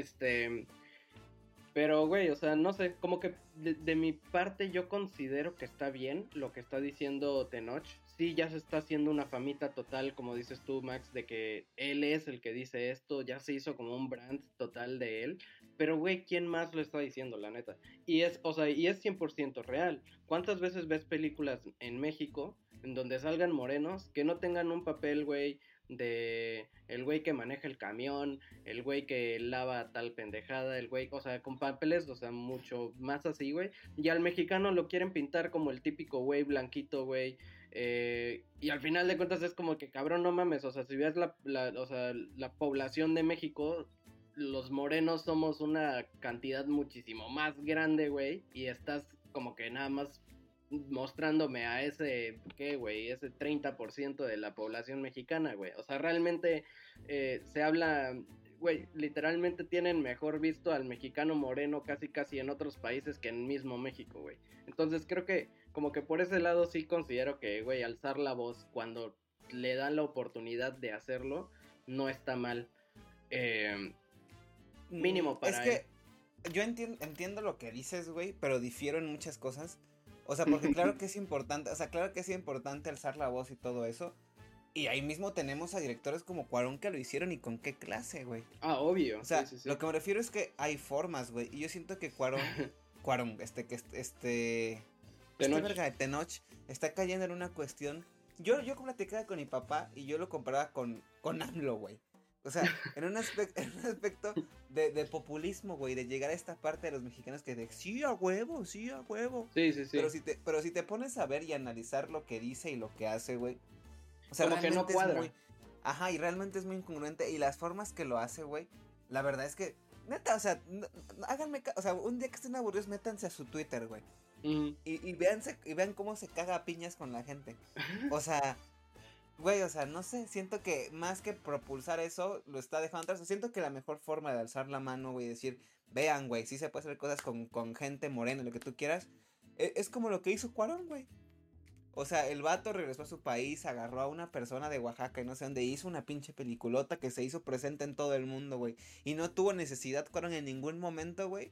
Pero, güey, o sea, no sé, como que de mi parte yo considero que está bien lo que está diciendo Tenoch. Sí, ya se está haciendo una famita total, como dices tú, Max, de que él es el que dice esto, ya se hizo como un brand total de él. Pero, güey, ¿quién más lo está diciendo, la neta? O sea, y es 100% real. ¿Cuántas veces ves películas en México en donde salgan morenos que no tengan un papel, güey, de el güey que maneja el camión, el güey que lava tal pendejada, el güey, o sea, con papeles, o sea, mucho más así, güey. Y al mexicano lo quieren pintar como el típico güey blanquito, güey. Y al final de cuentas es como que cabrón, no mames, o sea, si ves o sea, la población de México, los morenos somos una cantidad muchísimo más grande, güey, y estás como que nada más mostrándome a ¿qué, güey? Ese 30% de la población mexicana, güey. O sea, realmente se habla, güey, literalmente tienen mejor visto al mexicano moreno casi casi en otros países que en mismo México, güey. Entonces creo que como que por ese lado sí considero que, güey, alzar la voz cuando le dan la oportunidad de hacerlo no está mal. Mínimo Es para él. que yo entiendo lo que dices, güey, pero difiero en muchas cosas. O sea, porque claro que es importante, o sea, claro que es importante alzar la voz y todo eso. Y ahí mismo tenemos a directores como Cuarón que lo hicieron y con qué clase, güey. Ah, obvio. O sea, Sí, sí, sí. lo que me refiero es que hay formas, güey. Y yo siento que este Tenoch. verga de Tenoch está cayendo en una cuestión. Yo platicaba con mi papá y yo lo comparaba con AMLO, güey. O sea, en un aspecto de populismo, güey, de llegar a esta parte de los mexicanos que de sí a huevo, sí a huevo. Sí, sí, sí. Pero si te pones a ver y analizar lo que dice y lo que hace, güey. O sea, como que no realmente cuadra. es muy. Ajá, y realmente es muy incongruente. Y las formas que lo hace, güey. La verdad es que. Neta, o sea, háganme. O sea, un día que estén aburridos, métanse a su Twitter, güey. Y vean cómo se caga a piñas con la gente. O sea, güey, o sea, no sé, siento que más que propulsar eso, lo está dejando atrás. Siento que la mejor forma de alzar la mano, güey, decir, vean, güey, sí se puede hacer cosas con gente morena, lo que tú quieras, es como lo que hizo Cuarón, güey. O sea, el vato regresó a su país, agarró a una persona de Oaxaca y no sé dónde, hizo una pinche peliculota que se hizo presente en todo el mundo, güey. Y no tuvo necesidad, Cuarón, en ningún momento, güey,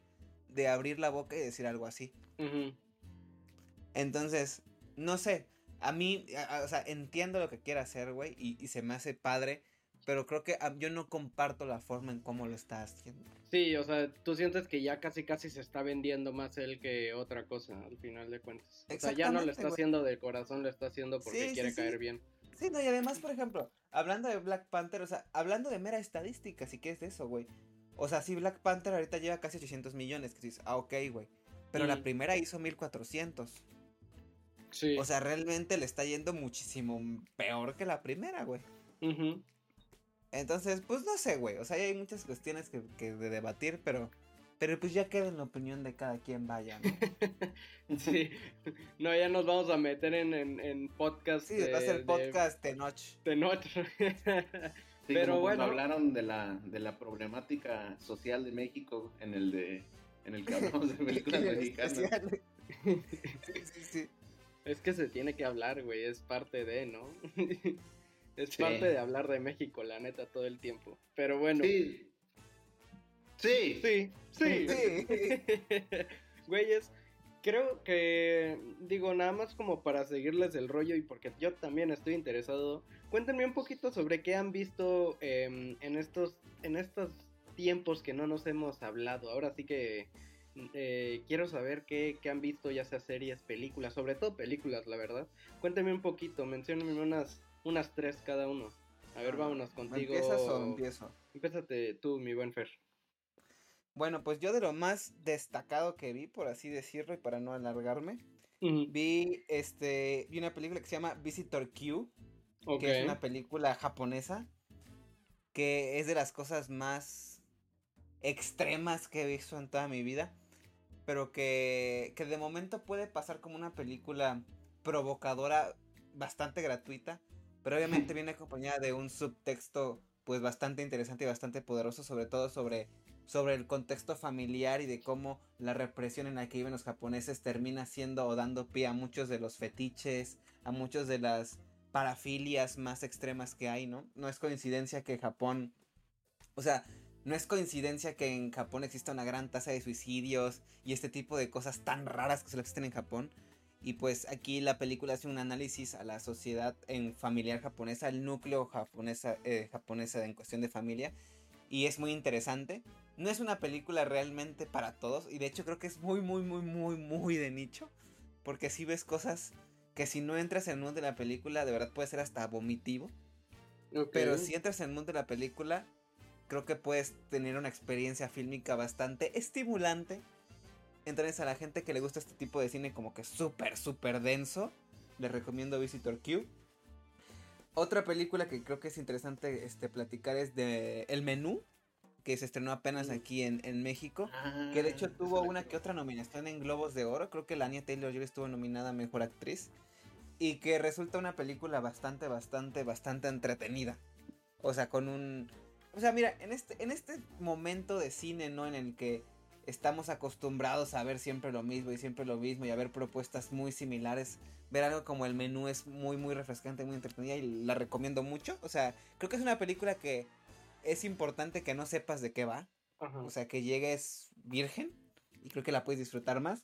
de abrir la boca y decir algo así. Ujú. Entonces, no sé, a mí, o sea, entiendo lo que quiere hacer, güey, y se me hace padre, pero creo que yo no comparto la forma en cómo lo está haciendo. Sí, o sea, tú sientes que ya casi se está vendiendo más él que otra cosa, al final de cuentas. O sea, ya no lo Exactamente, está güey. haciendo de corazón, lo está haciendo porque Sí, quiere sí, caer sí. bien. Sí, no, y además, por ejemplo, hablando de Black Panther, o sea, hablando de mera estadística, si quieres de eso, güey. O sea, sí, Black Panther ahorita lleva casi 800 millones, que dices, ok, güey. Pero la primera hizo 1400. Sí. O sea, realmente le está yendo muchísimo peor que la primera, güey. Ujú. Entonces, pues no sé, güey. O sea, hay muchas cuestiones que de debatir, pero pues ya queda en la opinión de cada quien vaya, ¿no? Sí. No, ya nos vamos a meter en podcast Sí, va a ser podcast de noche. de noche. Sí, Pero como cuando bueno. hablaron de la problemática social de México en el que hablamos de películas mexicanas. Sí, sí, sí. Es que se tiene que hablar, güey, es parte de, ¿no? Es Sí. parte de hablar de México, la neta, todo el tiempo. Pero bueno. Sí. Sí. Sí, sí. Sí. Güeyes, creo que, digo, nada más como para seguirles el rollo y porque yo también estoy interesado, cuéntenme un poquito sobre qué han visto en estos tiempos que no nos hemos hablado. Ahora sí que quiero saber qué han visto, ya sea series, películas, sobre todo películas, la verdad. Cuéntenme un poquito, menciónenme unas 3 cada uno. A ver, vámonos contigo. ¿Empiezas o empiezo? Empiézate tú, mi buen Fer. Bueno, pues yo de lo más destacado que vi, por así decirlo, y para no alargarme, Ujú. vi una película que se llama Visitor Q, Ok. que es una película japonesa, que es de las cosas más extremas que he visto en toda mi vida, pero que de momento puede pasar como una película provocadora, bastante gratuita, pero obviamente viene acompañada de un subtexto pues bastante interesante y bastante poderoso, sobre todo sobre el contexto familiar y de cómo la represión en la que viven los japoneses termina siendo o dando pie a muchos de los fetiches, a muchos de las parafilias más extremas que hay, ¿no? No es coincidencia que Japón, o sea, no es coincidencia que en Japón exista una gran tasa de suicidios y este tipo de cosas tan raras que solo existen en Japón. Y pues aquí la película hace un análisis a la sociedad en familiar japonesa, el núcleo japonesa en cuestión de familia. Y es muy interesante. No es una película realmente para todos. Y de hecho creo que es muy, muy, muy, muy, muy de nicho. Porque si ves cosas que si no entras en el mundo de la película, de verdad puede ser hasta vomitivo. Ok. Pero si entras en el mundo de la película, creo que puedes tener una experiencia fílmica bastante estimulante. Entonces a la gente que le gusta este tipo de cine como que súper, súper denso, les recomiendo Visitor Q. Otra película que creo que es interesante platicar es de El Menú, que se estrenó apenas aquí en México, que de hecho tuvo una que otra nominación en Globos de Oro. Creo que la Anya Taylor-Joy estuvo nominada a Mejor Actriz, y que resulta una película bastante, bastante, bastante entretenida. O sea, o sea, mira, en este momento de cine, ¿no? En el que estamos acostumbrados a ver siempre lo mismo y a ver propuestas muy similares, ver algo como El Menú es muy, muy refrescante, muy entretenida y la recomiendo mucho. O sea, creo que es una película que es importante que no sepas de qué va. Ajá. O sea, que llegues virgen y creo que la puedes disfrutar más.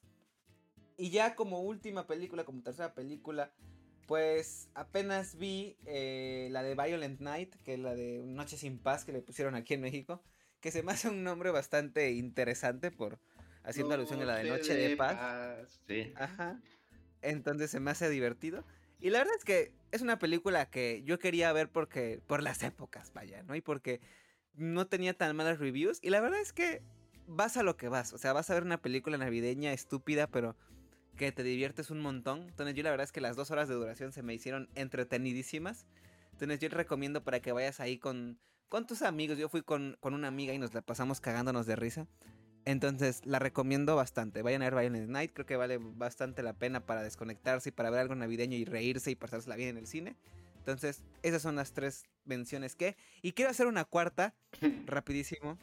Y ya como última película, como tercera película, pues apenas vi la de Violent Night, que es la de Noche sin Paz que le pusieron aquí en México, que se me hace un nombre bastante interesante por haciendo alusión a la de Noche de Paz. Sí. Ajá. Entonces se me hace divertido. Y la verdad es que es una película que yo quería ver porque por las épocas, vaya, ¿no? Y porque no tenía tan malas reviews. Y la verdad es que vas a lo que vas. O sea, vas a ver una película navideña estúpida, pero que te diviertes un montón. Entonces yo la verdad es que las 2 horas de duración se me hicieron entretenidísimas. Entonces yo te recomiendo para que vayas ahí con tus amigos. Yo fui con una amiga y nos la pasamos cagándonos de risa. Entonces la recomiendo bastante. Vayan a ver Violent Night. Creo que vale bastante la pena para desconectarse y para ver algo navideño y reírse y pasársela bien en el cine. Entonces esas son las 3 menciones que... Y quiero hacer una cuarta, rapidísimo.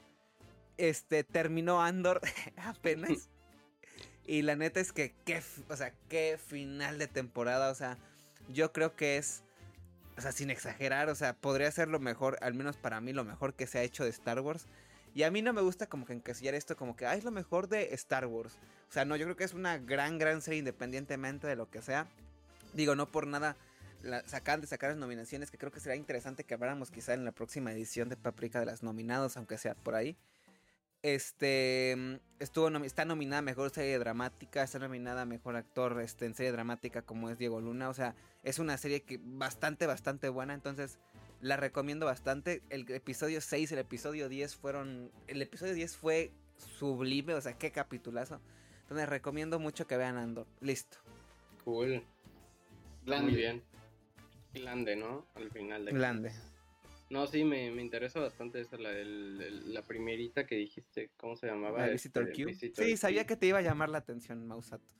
Terminó Andor apenas. Y la neta es que qué final de temporada. O sea, yo creo que es, o sea, sin exagerar, o sea, podría ser lo mejor, al menos para mí, lo mejor que se ha hecho de Star Wars. Y a mí no me gusta como que encasillar esto como que, es lo mejor de Star Wars. O sea, no, yo creo que es una gran serie independientemente de lo que sea. Digo, no por nada acaban de sacar las nominaciones, que creo que será interesante que habláramos quizá en la próxima edición de Paprika de las nominados, aunque sea por ahí. Está nominada a Mejor Serie Dramática, está nominada a Mejor Actor en Serie Dramática como es Diego Luna. O sea, es una serie que bastante buena, entonces la recomiendo bastante. El episodio 6, el episodio 10 fue sublime, o sea, qué capitulazo. Entonces recomiendo mucho que vean Andor. Listo. Cool. Muy bien. Glande, ¿no? Al final de Glande. No, sí, me interesa bastante esa, la primerita que dijiste, ¿cómo se llamaba? Visitor Q. Visitor Sí, Q. sabía que te iba a llamar la atención, Mausato.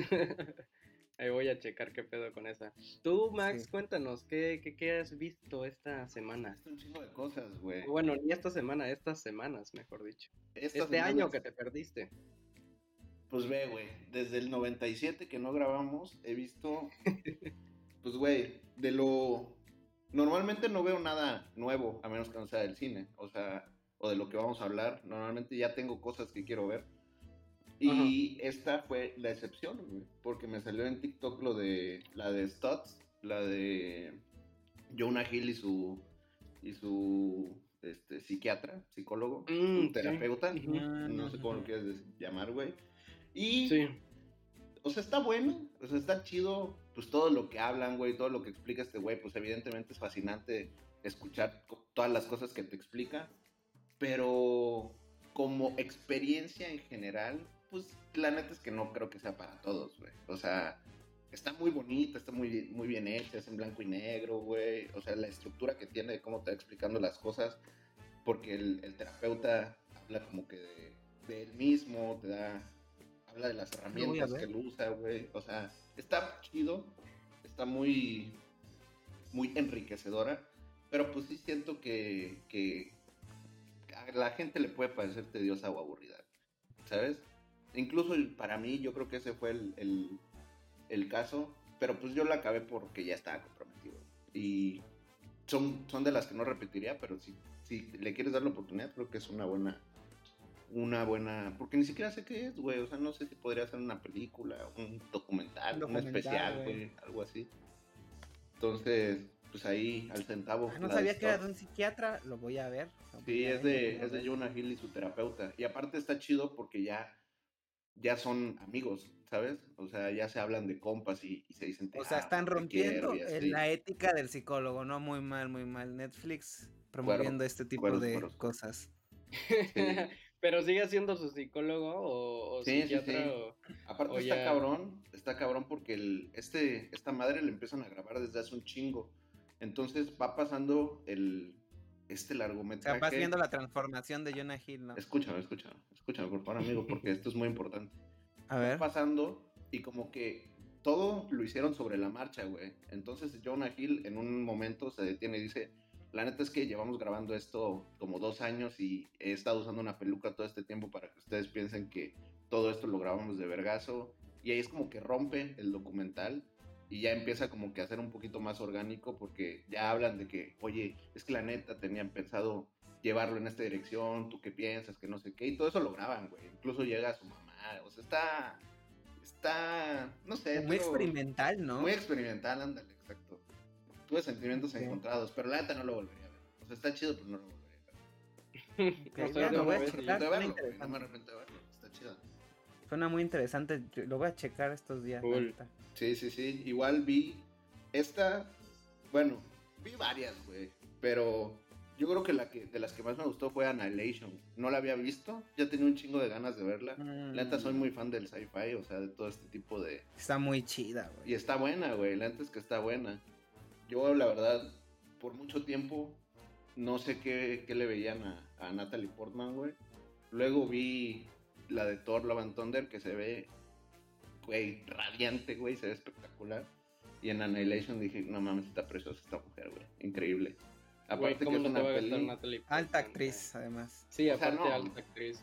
Ahí voy a checar qué pedo con esa. Tú, Max, Sí. Cuéntanos, ¿qué has visto esta semana? Un chingo de cosas, güey. Bueno, ni esta semana, estas semanas, mejor dicho. Estas año semanas, que te perdiste. Pues ve, güey, desde el 97 que no grabamos, he visto, pues güey, Normalmente no veo nada nuevo, a menos que no sea del cine, o sea, o de lo que vamos a hablar. Normalmente ya tengo cosas que quiero ver. Y esta fue la excepción, güey, porque me salió en TikTok la de Stutz, la de Jonah Hill y su psiquiatra, psicólogo, su terapeuta, sí. no sé cómo lo quieres llamar, güey. Y, Sí. o sea, está bueno, o sea, está chido, pues todo lo que hablan, güey, todo lo que explica este güey, pues evidentemente es fascinante escuchar todas las cosas que te explica, pero como experiencia en general, pues la neta es que no creo que sea para todos, güey. O sea, está muy bonita, está muy bien hecha, es en blanco y negro, güey. O sea, la estructura que tiene de cómo te va explicando las cosas, porque el terapeuta habla como que de él mismo, habla de las herramientas que él usa, güey. O sea, está chido, está muy enriquecedora, pero pues sí siento que a la gente le puede parecer tediosa o aburrida, ¿sabes? Incluso para mí yo creo que ese fue el caso, pero pues yo la acabé porque ya estaba comprometido. Y son de las que no repetiría, pero si le quieres dar la oportunidad, creo que es una buena, porque ni siquiera sé qué es, güey, o sea, no sé si podría ser una película, un documental, un especial, güey, algo así. Entonces, pues ahí al centavo. No sabía que era de un psiquiatra, lo voy a ver. Sí, es de Jonah Hill y su terapeuta. Y aparte está chido porque ya son amigos, ¿sabes? O sea, ya se hablan de compas y se dicen... O sea, están rompiendo la ética del psicólogo, ¿no? Muy mal. Netflix promoviendo este tipo de cosas. Sí. Pero sigue siendo su psicólogo o sí, psiquiatra. Sí. Aparte está cabrón porque esta madre le empiezan a grabar desde hace un chingo. Entonces va pasando este largometraje. O sea, vas viendo la transformación de Jonah Hill, ¿no? Escúchame, por favor, amigo, porque esto es muy importante. A ver. Va pasando y como que todo lo hicieron sobre la marcha, güey. Entonces Jonah Hill en un momento se detiene y dice... La neta es que llevamos grabando esto como 2 años y he estado usando una peluca todo este tiempo para que ustedes piensen que todo esto lo grabamos de vergazo. Y ahí es como que rompe el documental y ya empieza como que a ser un poquito más orgánico porque ya hablan de que, oye, es que la neta tenían pensado llevarlo en esta dirección, tú qué piensas, que no sé qué, y todo eso lo graban, güey. Incluso llega su mamá, o sea, está, no sé. Muy experimental, ¿no? Muy experimental, ándale, exacto. Tuve sentimientos encontrados, pero la neta no lo volvería a ver. O sea, está chido, pero no lo volvería a ver. Lo voy a checar. No me arrepiento de verlo, está chido. Suena muy interesante, lo voy a checar estos días. Cool. Sí. Igual vi vi varias, güey. Pero yo creo que de las que más me gustó fue Annihilation. No la había visto, ya tenía un chingo de ganas de verla. La neta soy muy fan del sci-fi, o sea, de todo este tipo de... Está muy chida, güey. Y está buena, güey, la neta es que está buena. Yo, la verdad, por mucho tiempo, no sé qué le veían a Natalie Portman, güey. Luego vi la de Thor Love and Thunder, que se ve, güey, radiante, güey, se ve espectacular. Y en Annihilation dije, no mames, está preciosa esta mujer, güey, increíble. Aparte wey, que es una peli... Alta actriz, además. Sí, aparte alta actriz.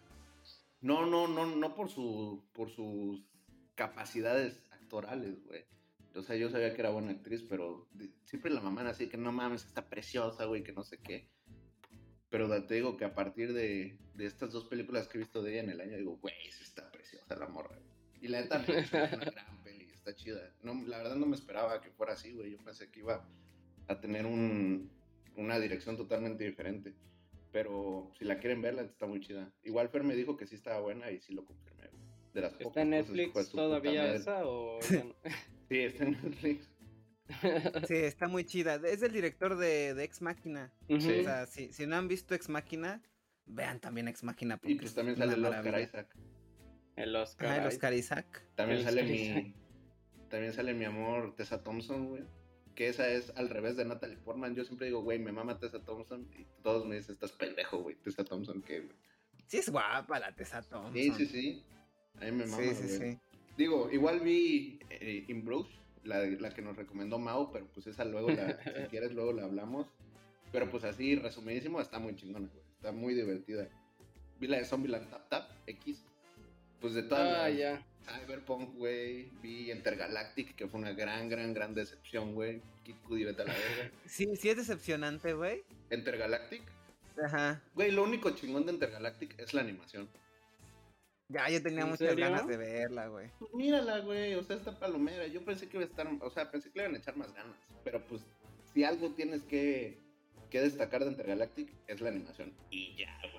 No por sus capacidades actorales, güey. O sea, yo sabía que era buena actriz, pero siempre la mamá así que no mames, está preciosa, güey, que no sé qué. Pero te digo que a partir de estas 2 películas que he visto de ella en el año, digo, güey, sí está preciosa la morra. Y la neta, es una gran peli, está chida. No, la verdad no me esperaba que fuera así, güey. Yo pensé que iba a tener una dirección totalmente diferente. Pero si la quieren ver, la neta está muy chida. Igual Fer me dijo que sí estaba buena y sí lo confirmé, güey. De las ¿Está en Netflix todavía esa o ya no? Sí, está en Netflix. Sí, está muy chida. Es el director de Ex Machina. Ujú. O sea, si no han visto Ex Machina, vean también Ex Machina. Y pues también sale el Oscar Isaac. El Oscar. Ah, el Oscar Isaac. También El sale Oscar también sale mi amor Tessa Thompson, güey. Que esa es al revés de Natalie Portman. Yo siempre digo, güey, me mama Tessa Thompson. Y todos me dicen, estás pendejo, güey. Tessa Thompson, ¿qué, güey? Sí es guapa la Tessa Thompson. Sí. A mí me mama, Sí. güey. Digo, igual vi In Bruges, la que nos recomendó Mau, pero pues esa luego, si quieres, luego la hablamos. Pero pues así, resumidísimo, está muy chingona, güey. Está muy divertida. Vi la de Zombieland Tap Tap X. Pues de todas ya. Cyberpunk, güey. Vi Intergalactic, que fue una gran decepción, güey. Kid Cudi, vete a la verga. Sí es decepcionante, güey. Intergalactic. Ajá. Güey, lo único chingón de Intergalactic es la animación. Ya, yo tenía ¿En muchas serio? ganas de verla, güey. Pues mírala, güey, o sea, esta palomera. Yo pensé que iba a estar, o sea, pensé que le iban a echar más ganas. Pero pues, si algo tienes que destacar de Intergalactic, es la animación. Y ya, güey.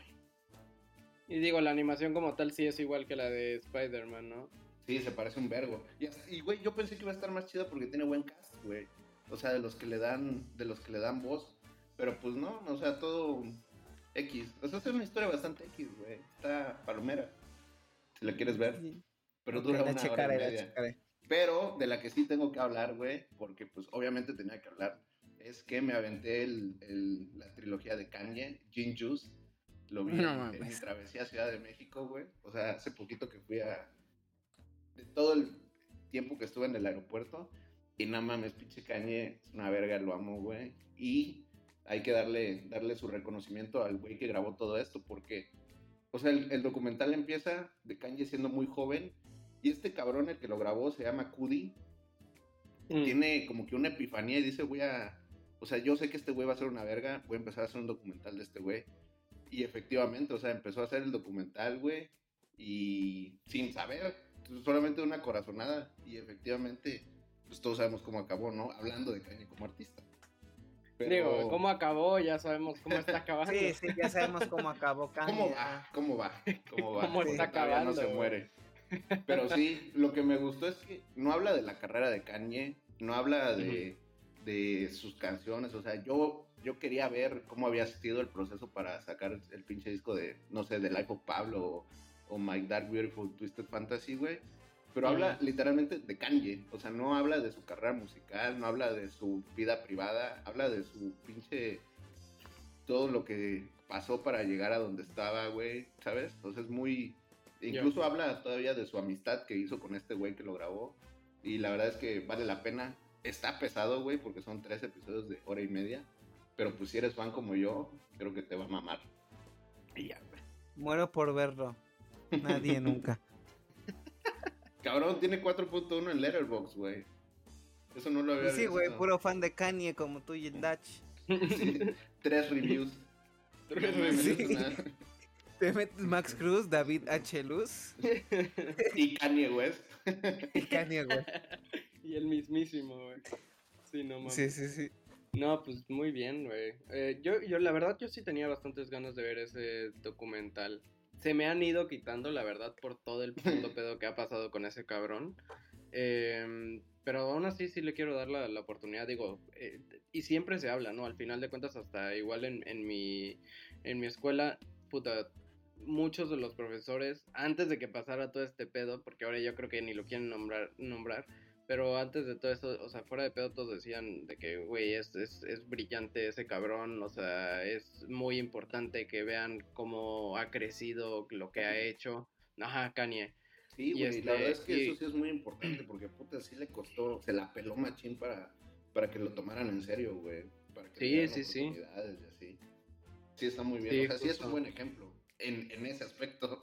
Y digo, la animación como tal sí es igual que la de Spider-Man, ¿no? Sí, se parece un vergo. Y, güey, yo pensé que iba a estar más chida porque tiene buen cast, güey. O sea, de los que le dan voz. Pero pues no, o sea, todo X. O sea, es una historia bastante X, güey. Está palomera, si la quieres ver. Pero dura una hora y media. Pero de la que sí tengo que hablar, güey, porque pues obviamente tenía que hablar, es que me aventé la trilogía de Kanye, Gin Juice. Lo vi en mi travesía a Ciudad de México, güey. O sea, hace poquito que fui de todo el tiempo que estuve en el aeropuerto. Y nada mames, pinche Kanye, es una verga, lo amo, güey. Y hay que darle su reconocimiento al güey que grabó todo esto, porque, o sea, el documental empieza de Kanye siendo muy joven. Y este cabrón, el que lo grabó, se llama Cudi. Tiene como que una epifanía y dice, o sea, yo sé que este güey va a ser una verga, voy a empezar a hacer un documental de este güey. Y efectivamente, o sea, empezó a hacer el documental, güey, y sin saber, solamente una corazonada. Y efectivamente, pues todos sabemos cómo acabó, ¿no? Hablando de Kanye como artista. Pero... Digo, ¿cómo acabó? Ya sabemos cómo está acabando. Sí, ya sabemos cómo acabó Kanye. ¿Cómo va? ¿Cómo está acabando? No se muere. Pero sí, lo que me gustó es que no habla de la carrera de Kanye, no habla de sus canciones, o sea, yo quería ver cómo había sido el proceso para sacar el pinche disco de, no sé, de Life of Pablo o My Dark Beautiful Twisted Fantasy, güey. Pero habla literalmente de Kanye, o sea, no habla de su carrera musical, no habla de su vida privada, habla de su pinche, todo lo que pasó para llegar a donde estaba, güey, ¿sabes? Entonces es muy... Incluso habla todavía de su amistad que hizo con este güey que lo grabó. Y la verdad es que vale la pena. Está pesado, güey, porque son 3 episodios de hora y media. Pero pues si eres fan como yo, creo que te va a mamar. Y ya, güey. Muero por verlo. Nadie nunca. Cabrón, tiene 4.1 en Letterboxd, güey. Eso no lo había visto. Sí, güey, puro fan de Kanye como tú y el Dutch. Sí, 3 reviews. 3 reviews. Te metes Max Cruz, David H. Luz y Kanye West. Y Kanye West. Y el mismísimo, güey. Sí, no mames. Sí. No, pues muy bien, güey. Yo la verdad, yo sí tenía bastantes ganas de ver ese documental. Se me han ido quitando, la verdad, por todo el puto pedo que ha pasado con ese cabrón. Pero aún así sí le quiero dar la oportunidad, digo, y siempre se habla, ¿no? Al final de cuentas, hasta igual en mi escuela, puta, muchos de los profesores, antes de que pasara todo este pedo, porque ahora yo creo que ni lo quieren nombrar, pero antes de todo eso, o sea, fuera de pedo todos decían de que, güey, es brillante ese cabrón, o sea, es muy importante que vean cómo ha crecido, lo que ha hecho. Ajá, Kanye. Sí, güey, la verdad es que eso sí es muy importante, porque puta, sí le costó, se la peló machín para que lo tomaran en serio, güey. Para que le dieran oportunidades y así. Sí, está muy bien, Sí, o sea, sí es justo. un buen ejemplo en ese aspecto.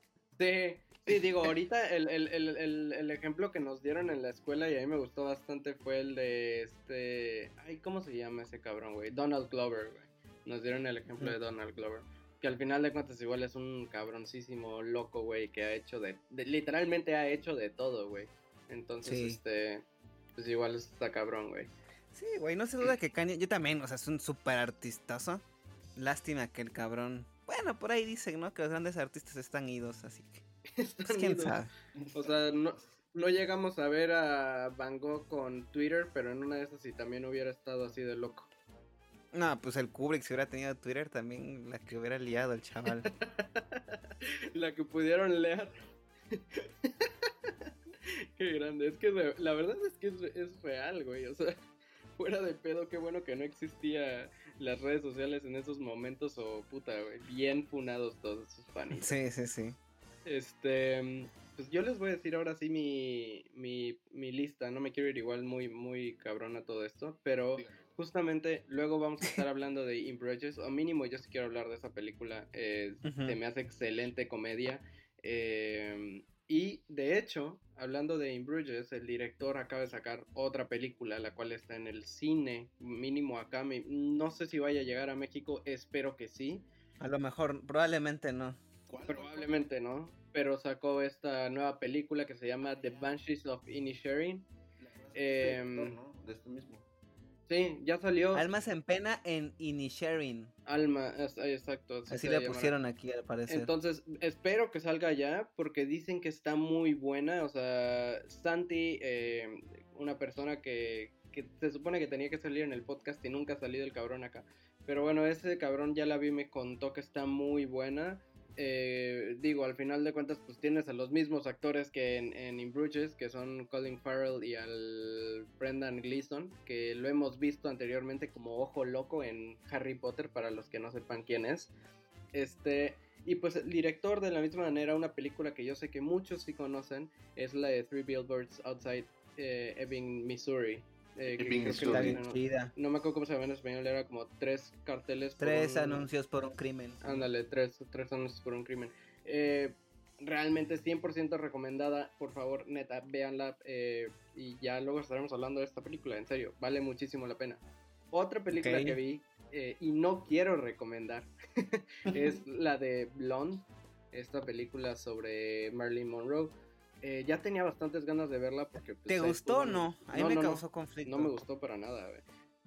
Sí, digo, ahorita el ejemplo que nos dieron en la escuela y a mí me gustó bastante fue el de ay, ¿cómo se llama ese cabrón, güey? Donald Glover, güey. Nos dieron el ejemplo Ujú. de Donald Glover. Que al final de cuentas igual es un cabroncísimo loco, güey, que ha hecho literalmente ha hecho de todo, güey. Entonces, Sí. pues igual está cabrón, güey. Sí, güey, no se duda que Kanye, yo también, o sea, es un súper artistazo. Lástima que el cabrón, bueno, por ahí dicen, ¿no? Que los grandes artistas están idos, así que, pues Están quién idos. sabe. O sea, no llegamos a ver a Van Gogh con Twitter, pero en una de esas sí también hubiera estado así de loco. No, pues el Kubrick si hubiera tenido Twitter también la que hubiera liado el chaval. La que pudieron leer. Qué grande. Es que la verdad es que es real, güey. O sea, fuera de pedo, qué bueno que no existía las redes sociales en esos momentos o puta, güey. Bien funados todos esos fanitos. Sí, sí, sí. Pues yo les voy a decir ahora sí mi lista. No me quiero ir igual muy, muy cabrón a todo esto, pero justamente luego vamos a estar hablando de In Bruges, o mínimo yo sí quiero hablar de esa película. Ujú. Se me hace excelente comedia. Y de hecho, hablando de In Bruges, el director acaba de sacar otra película, la cual está en el cine, mínimo acá. No sé si vaya a llegar a México, espero que sí. A lo mejor, probablemente no. ¿Cuál? Probablemente no, pero sacó esta nueva película que se llama The Banshees of Inisherin. ¿No? De este mismo. Sí, ya salió. Almas en pena en Inisherin. Alma, exacto. Así se le llama. pusieron aquí al parecer. Entonces, espero que salga ya, porque dicen que está muy buena. O sea, Santi, una persona que se supone que tenía que salir en el podcast y nunca ha salido el cabrón acá. Pero bueno, ese cabrón ya la vi y me contó que está muy buena. Digo, al final de cuentas, pues tienes a los mismos actores que en In Bruges, que son Colin Farrell y al Brendan Gleeson, que lo hemos visto anteriormente como Ojo Loco en Harry Potter, para los que no sepan quién es. Y pues el director, de la misma manera, una película que yo sé que muchos sí conocen, es la de Three Billboards Outside Ebbing, Missouri. Que Ebbing, creo que Está Missouri. bien chida. no me acuerdo cómo se llama en español, era como 3 carteles por 3 anuncios por un crimen. Ándale, tres anuncios por un crimen. Realmente 100% recomendada, por favor, neta, véanla. Y ya luego estaremos hablando de esta película, en serio, vale muchísimo la pena. Otra película Ok. que vi y no quiero recomendar es la de Blonde, esta película sobre Marilyn Monroe. Ya tenía bastantes ganas de verla porque... Pues, ¿Te ahí gustó o estuvo, no? A mí me causó conflicto. No me gustó para nada, güey.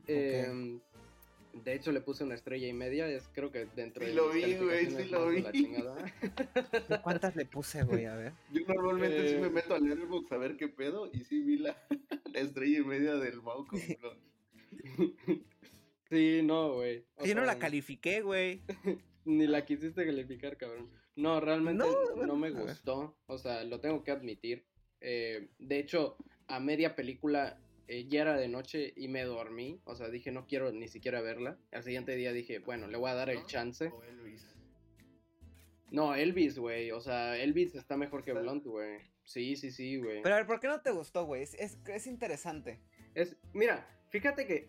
De hecho, le puse 1.5 estrellas. Es creo que dentro Sí de lo mis vi, güey, calificaciones sí lo más de vi. la chingada. ¿Yo ¿Cuántas le puse, güey? A ver. Yo normalmente sí me meto al Letterboxd a ver qué pedo y sí vi la 1.5 del Mau con Blonde. Sí, no, güey. O Yo no sea, la califiqué, güey. ni la quisiste calificar, cabrón. No, realmente No, no me a ver. gustó. O sea, lo tengo que admitir. De hecho, a media película ya era de noche y me dormí. O sea, dije, no quiero ni siquiera verla. Al siguiente día dije, bueno, le voy a dar el chance. O Elvis. No, Elvis, güey. O sea, Elvis está mejor que ¿Está? Blunt, güey. Sí, güey. Pero a ver, ¿por qué no te gustó, güey? Es interesante. Mira, fíjate que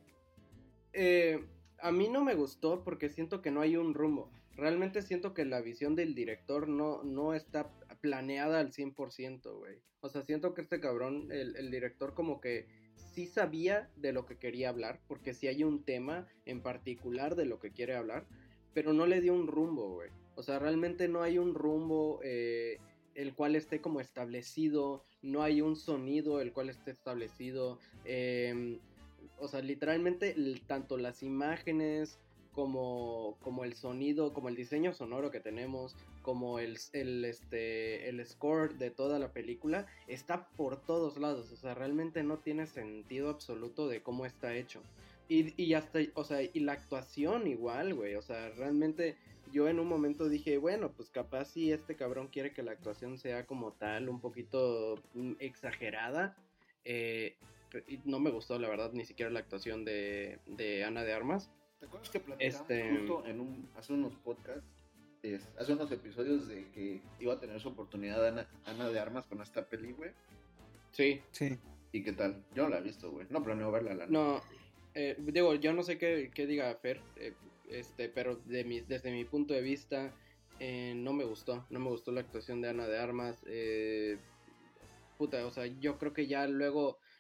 a mí no me gustó porque siento que no hay un rumbo. Realmente siento que la visión del director no está planeada al 100%, güey. O sea, siento que este cabrón, el director como que sí sabía de lo que quería hablar, porque sí hay un tema en particular de lo que quiere hablar, pero no le dio un rumbo, güey. O sea, realmente no hay un rumbo el cual esté como establecido, no hay un sonido el cual esté establecido. O sea, literalmente tanto las imágenes como el sonido, como el diseño sonoro que tenemos, como el score de toda la película, está por todos lados. O sea, realmente no tiene sentido absoluto de cómo está hecho. Y hasta, o sea, y la actuación igual, güey. O sea, realmente yo en un momento dije, bueno, pues capaz si este cabrón quiere que la actuación sea como tal, un poquito exagerada. Y no me gustó, la verdad, ni siquiera la actuación de Ana de Armas. ¿Te acuerdas que platicamos justo hace unos podcasts, hace unos episodios de que iba a tener su oportunidad Ana de Armas con esta peli, güey? Sí. Sí. ¿Y qué tal? Yo no la he visto, güey. No planeo verla, la No, digo, yo no sé qué diga Fer, pero desde mi punto de vista, no me gustó. No me gustó la actuación de Ana de Armas. Puta, o sea, yo creo que ya luego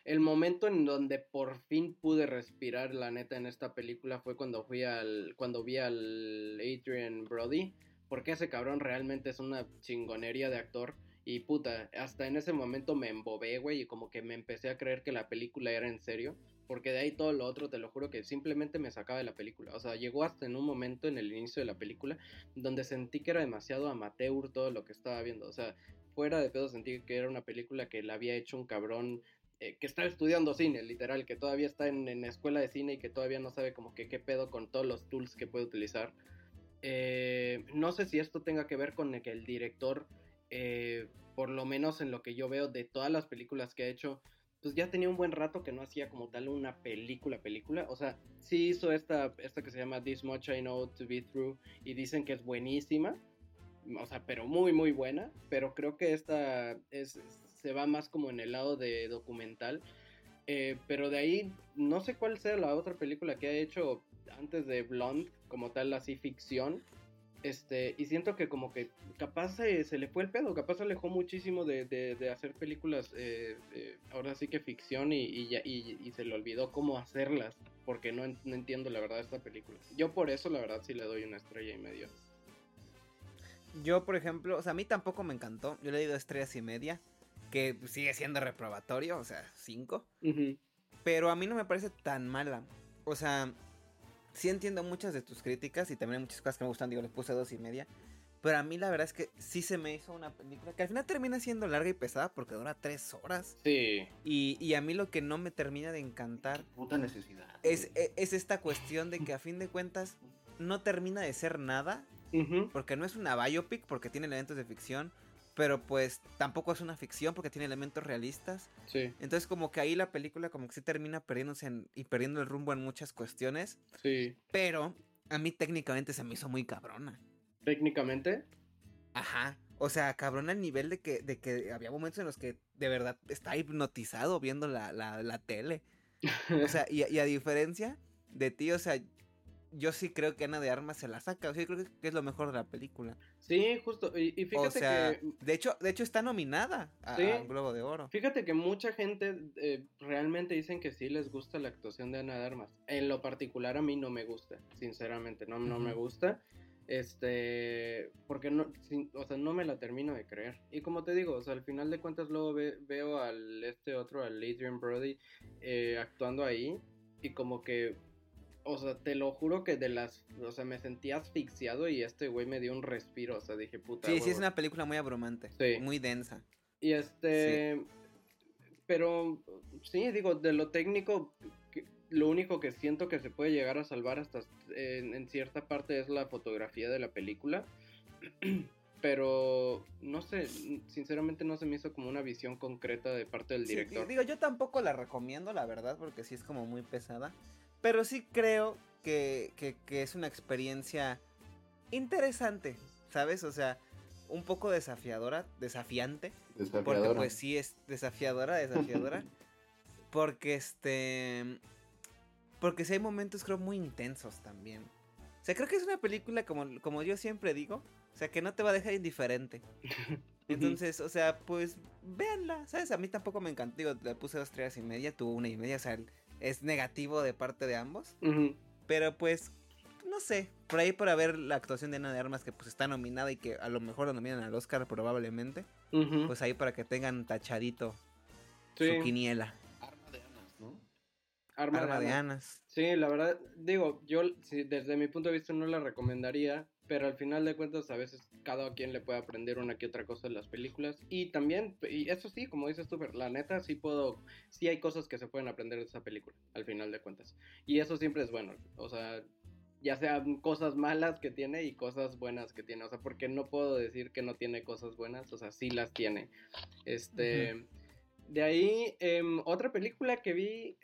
el momento en donde por fin pude respirar, la neta, en esta película fue cuando vi al Adrian Brody, porque ese cabrón realmente es una chingonería de actor. Y puta, hasta en ese momento me embobé, güey, y como que me empecé a creer que la película era en serio. Porque de ahí todo lo otro, te lo juro que simplemente me sacaba de la película. O sea, llegó hasta en un momento en el inicio de la película donde sentí que era demasiado amateur todo lo que estaba viendo. O sea, fuera de pedo sentí que era una película que la había hecho un cabrón que está estudiando cine, literal, que todavía está en escuela de cine y que todavía no sabe como que qué pedo con todos los tools que puede utilizar. No sé si esto tenga que ver con que el director, por lo menos en lo que yo veo de todas las películas que ha hecho, pues ya tenía un buen rato que no hacía como tal una película. O sea, sí hizo esta que se llama This Much I Know to Be True y dicen que es buenísima, o sea, pero muy muy buena, pero creo que se va más como en el lado de documental. Pero de ahí no sé cuál sea la otra película que ha hecho antes de Blonde, como tal, así ficción. Y siento que como que capaz se le fue el pedo, capaz se alejó muchísimo de hacer películas, ahora sí que ficción, y se le olvidó cómo hacerlas, porque no entiendo la verdad esta película. Yo por eso la verdad sí le doy 1.5 estrellas. Yo, por ejemplo, o sea, a mí tampoco me encantó. Yo le di 2 estrellas y media, que sigue siendo reprobatorio, o sea, 5. Uh-huh. Pero a mí no me parece tan mala. O sea, sí entiendo muchas de tus críticas y también hay muchas cosas que me gustan. Digo, le puse 2.5. Pero a mí la verdad es que sí se me hizo una película que al final termina siendo larga y pesada porque dura 3 horas. Sí. Y a mí lo que no me termina de encantar Puta necesidad. es esta cuestión de que a fin de cuentas no termina de ser nada. Uh-huh. Porque no es una biopic, porque tiene elementos de ficción. Pero pues tampoco es una ficción porque tiene elementos realistas. Sí. Entonces como que ahí la película como que sí termina perdiéndose y perdiendo el rumbo en muchas cuestiones. Sí. Pero a mí técnicamente se me hizo muy cabrona. ¿Técnicamente? Ajá. O sea, cabrona al nivel de que había momentos en los que de verdad estaba hipnotizado viendo la tele. O sea, y a diferencia de ti, o sea, yo sí creo que Ana de Armas se la saca. O sea, yo creo que es lo mejor de la película. Sí, justo. Y fíjate, o sea, que... De hecho está nominada a un Globo de Oro. Fíjate que mucha gente realmente dicen que sí les gusta la actuación de Ana de Armas. En lo particular a mí no me gusta, sinceramente, no me gusta. Porque o sea, no me la termino de creer. Y como te digo, o sea, al final de cuentas luego veo al Adrian Brody, actuando ahí, y como que, o sea, te lo juro que o sea, me sentí asfixiado y este güey me dio un respiro, o sea, dije, puta. Sí, es una película muy abrumante, sí, muy densa. Y sí. Pero sí, digo, de lo técnico, lo único que siento que se puede llegar a salvar hasta en cierta parte es la fotografía de la película. Pero no sé, sinceramente no se me hizo como una visión concreta de parte del director. Sí, digo, yo tampoco la recomiendo, la verdad, porque sí es como muy pesada. Pero sí creo que es una experiencia interesante, ¿sabes? O sea, un poco desafiante. Porque pues sí es desafiadora. Porque porque sí hay momentos, creo, muy intensos también. O sea, creo que es una película como yo siempre digo, o sea, que no te va a dejar indiferente. Entonces, o sea, pues véanla, ¿sabes? A mí tampoco me encantó, digo, le puse 2.5, tuvo 1.5, o sea, es negativo de parte de ambos. Pero pues, no sé, por ahí por haber la actuación de Ana de Armas, que pues está nominada y que a lo mejor la nominan al Oscar probablemente, pues ahí para que tengan tachadito su quiniela. Arma de Anas, ¿no? Arma de Anas. Sí, la verdad, digo, yo desde mi punto de vista no la recomendaría, pero al final de cuentas a veces cada quien le puede aprender una que otra cosa de las películas. Y también, y eso sí, como dices tú, la neta sí hay cosas que se pueden aprender de esa película, al final de cuentas. Y eso siempre es bueno, o sea, ya sean cosas malas que tiene y cosas buenas que tiene, o sea, porque no puedo decir que no tiene cosas buenas, o sea, sí las tiene. De ahí, otra película que vi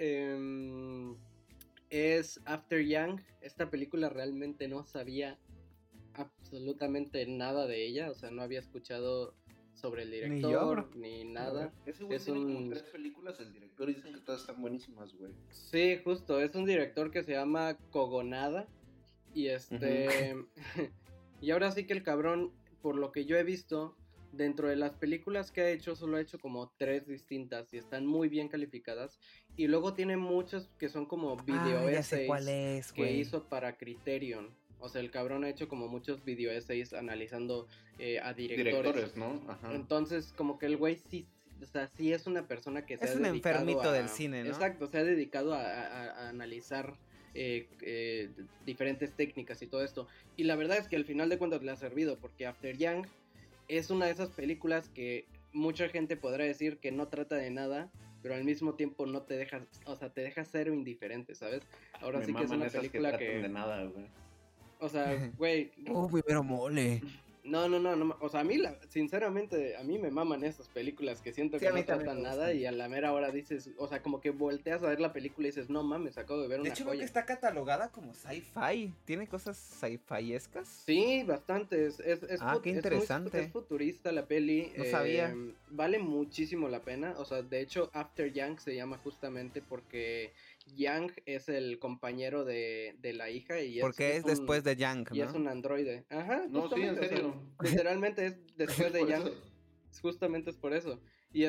es After Yang. Esta película realmente no sabía absolutamente nada de ella, o sea, no había escuchado sobre el director ni nada. Ese güey tiene como 3 películas, el director, y dicen que todas están buenísimas, güey. Sí, justo, es un director que se llama Kogonada y y ahora sí que el cabrón, por lo que yo he visto, dentro de las películas que ha hecho, solo ha hecho como 3 distintas y están muy bien calificadas. Y luego tiene muchas que son como video ya sé cuál essays es, que güey. hizo para Criterion. O sea, el cabrón ha hecho como muchos video essays analizando a directores. ¿no? Ajá. Entonces, como que el güey sí, o sea, sí es una persona que se Es ha un dedicado enfermito del cine, ¿no? Exacto, se ha dedicado a analizar diferentes técnicas y todo esto. Y la verdad es que al final de cuentas le ha servido, porque After Yang es una de esas películas que mucha gente podrá decir que no trata de nada, pero al mismo tiempo no te deja, o sea, te deja cero indiferente, ¿sabes? Ahora Me sí que es maman una esas película tratan que de nada, güey. o sea, güey, Pero mole. no, o sea, a mí, sinceramente, a mí me maman esas películas que siento Sí, que a mí no también tratan me nada gustan. y a la mera hora dices, o sea, como que volteas a ver la película y dices, no mames, acabo de ver De una hecho, creo que joya. está catalogada como sci-fi. ¿Tiene cosas sci-fi-escas? Sí, bastante, Qué interesante. Es futurista la peli, No sabía. vale muchísimo la pena, o sea, de hecho, After Yang se llama justamente porque Yang es el compañero de la hija y Porque es después de Yang, y es ¿no? un androide. Ajá, No, sí, en justamente, o sea, serio. literalmente es después de Por Yang. eso. Justamente es por eso. Y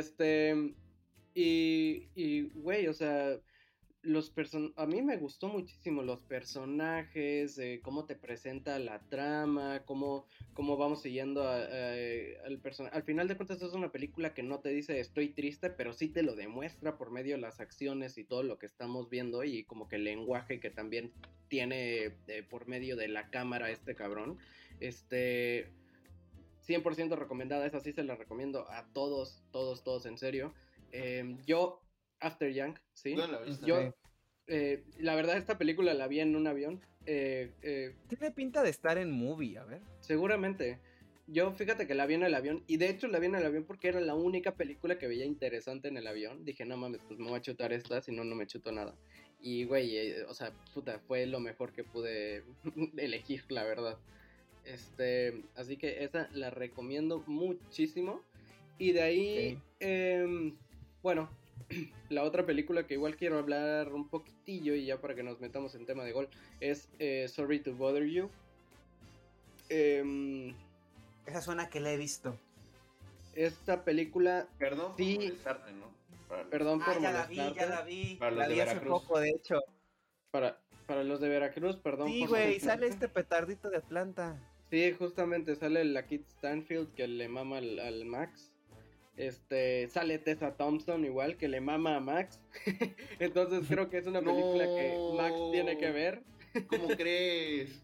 güey, o sea, a mí me gustó muchísimo los personajes, cómo te presenta la trama, cómo vamos siguiendo al personaje. Al final de cuentas es una película que no te dice estoy triste, pero sí te lo demuestra por medio de las acciones y todo lo que estamos viendo y como que el lenguaje que también tiene por medio de la cámara este cabrón. 100% recomendada, esa sí se la recomiendo a todos, en serio. Yo, After Yang, ¿sí? ¿Dónde la viste? Yo, la verdad, esta película la vi en un avión. Tiene pinta de estar en movie, a ver. Seguramente. Yo, fíjate que la vi en el avión, y de hecho la vi en el avión porque era la única película que veía interesante en el avión. Dije, no mames, pues me voy a chutar esta, si no, no me chuto nada. Y, güey, o sea, puta, fue lo mejor que pude elegir, la verdad. Así que esa la recomiendo muchísimo. Y de ahí, bueno, la otra película que igual quiero hablar un poquitillo y ya para que nos metamos en tema de gol es Sorry to Bother You. Esa suena que la he visto. Esta película, Perdón sí, por molestarte, ¿no? perdón por ya molestarte. la vi. Para los La de vi hace Veracruz. poco, de hecho. Para los de Veracruz, perdón Sí, por güey, molestarte. sale este petardito de Atlanta. Sí, justamente sale la Kit Stanfield que le mama al Max. Sale Tessa Thompson igual que le mama a Max. Entonces creo que es una película que Max tiene que ver. ¿Cómo crees?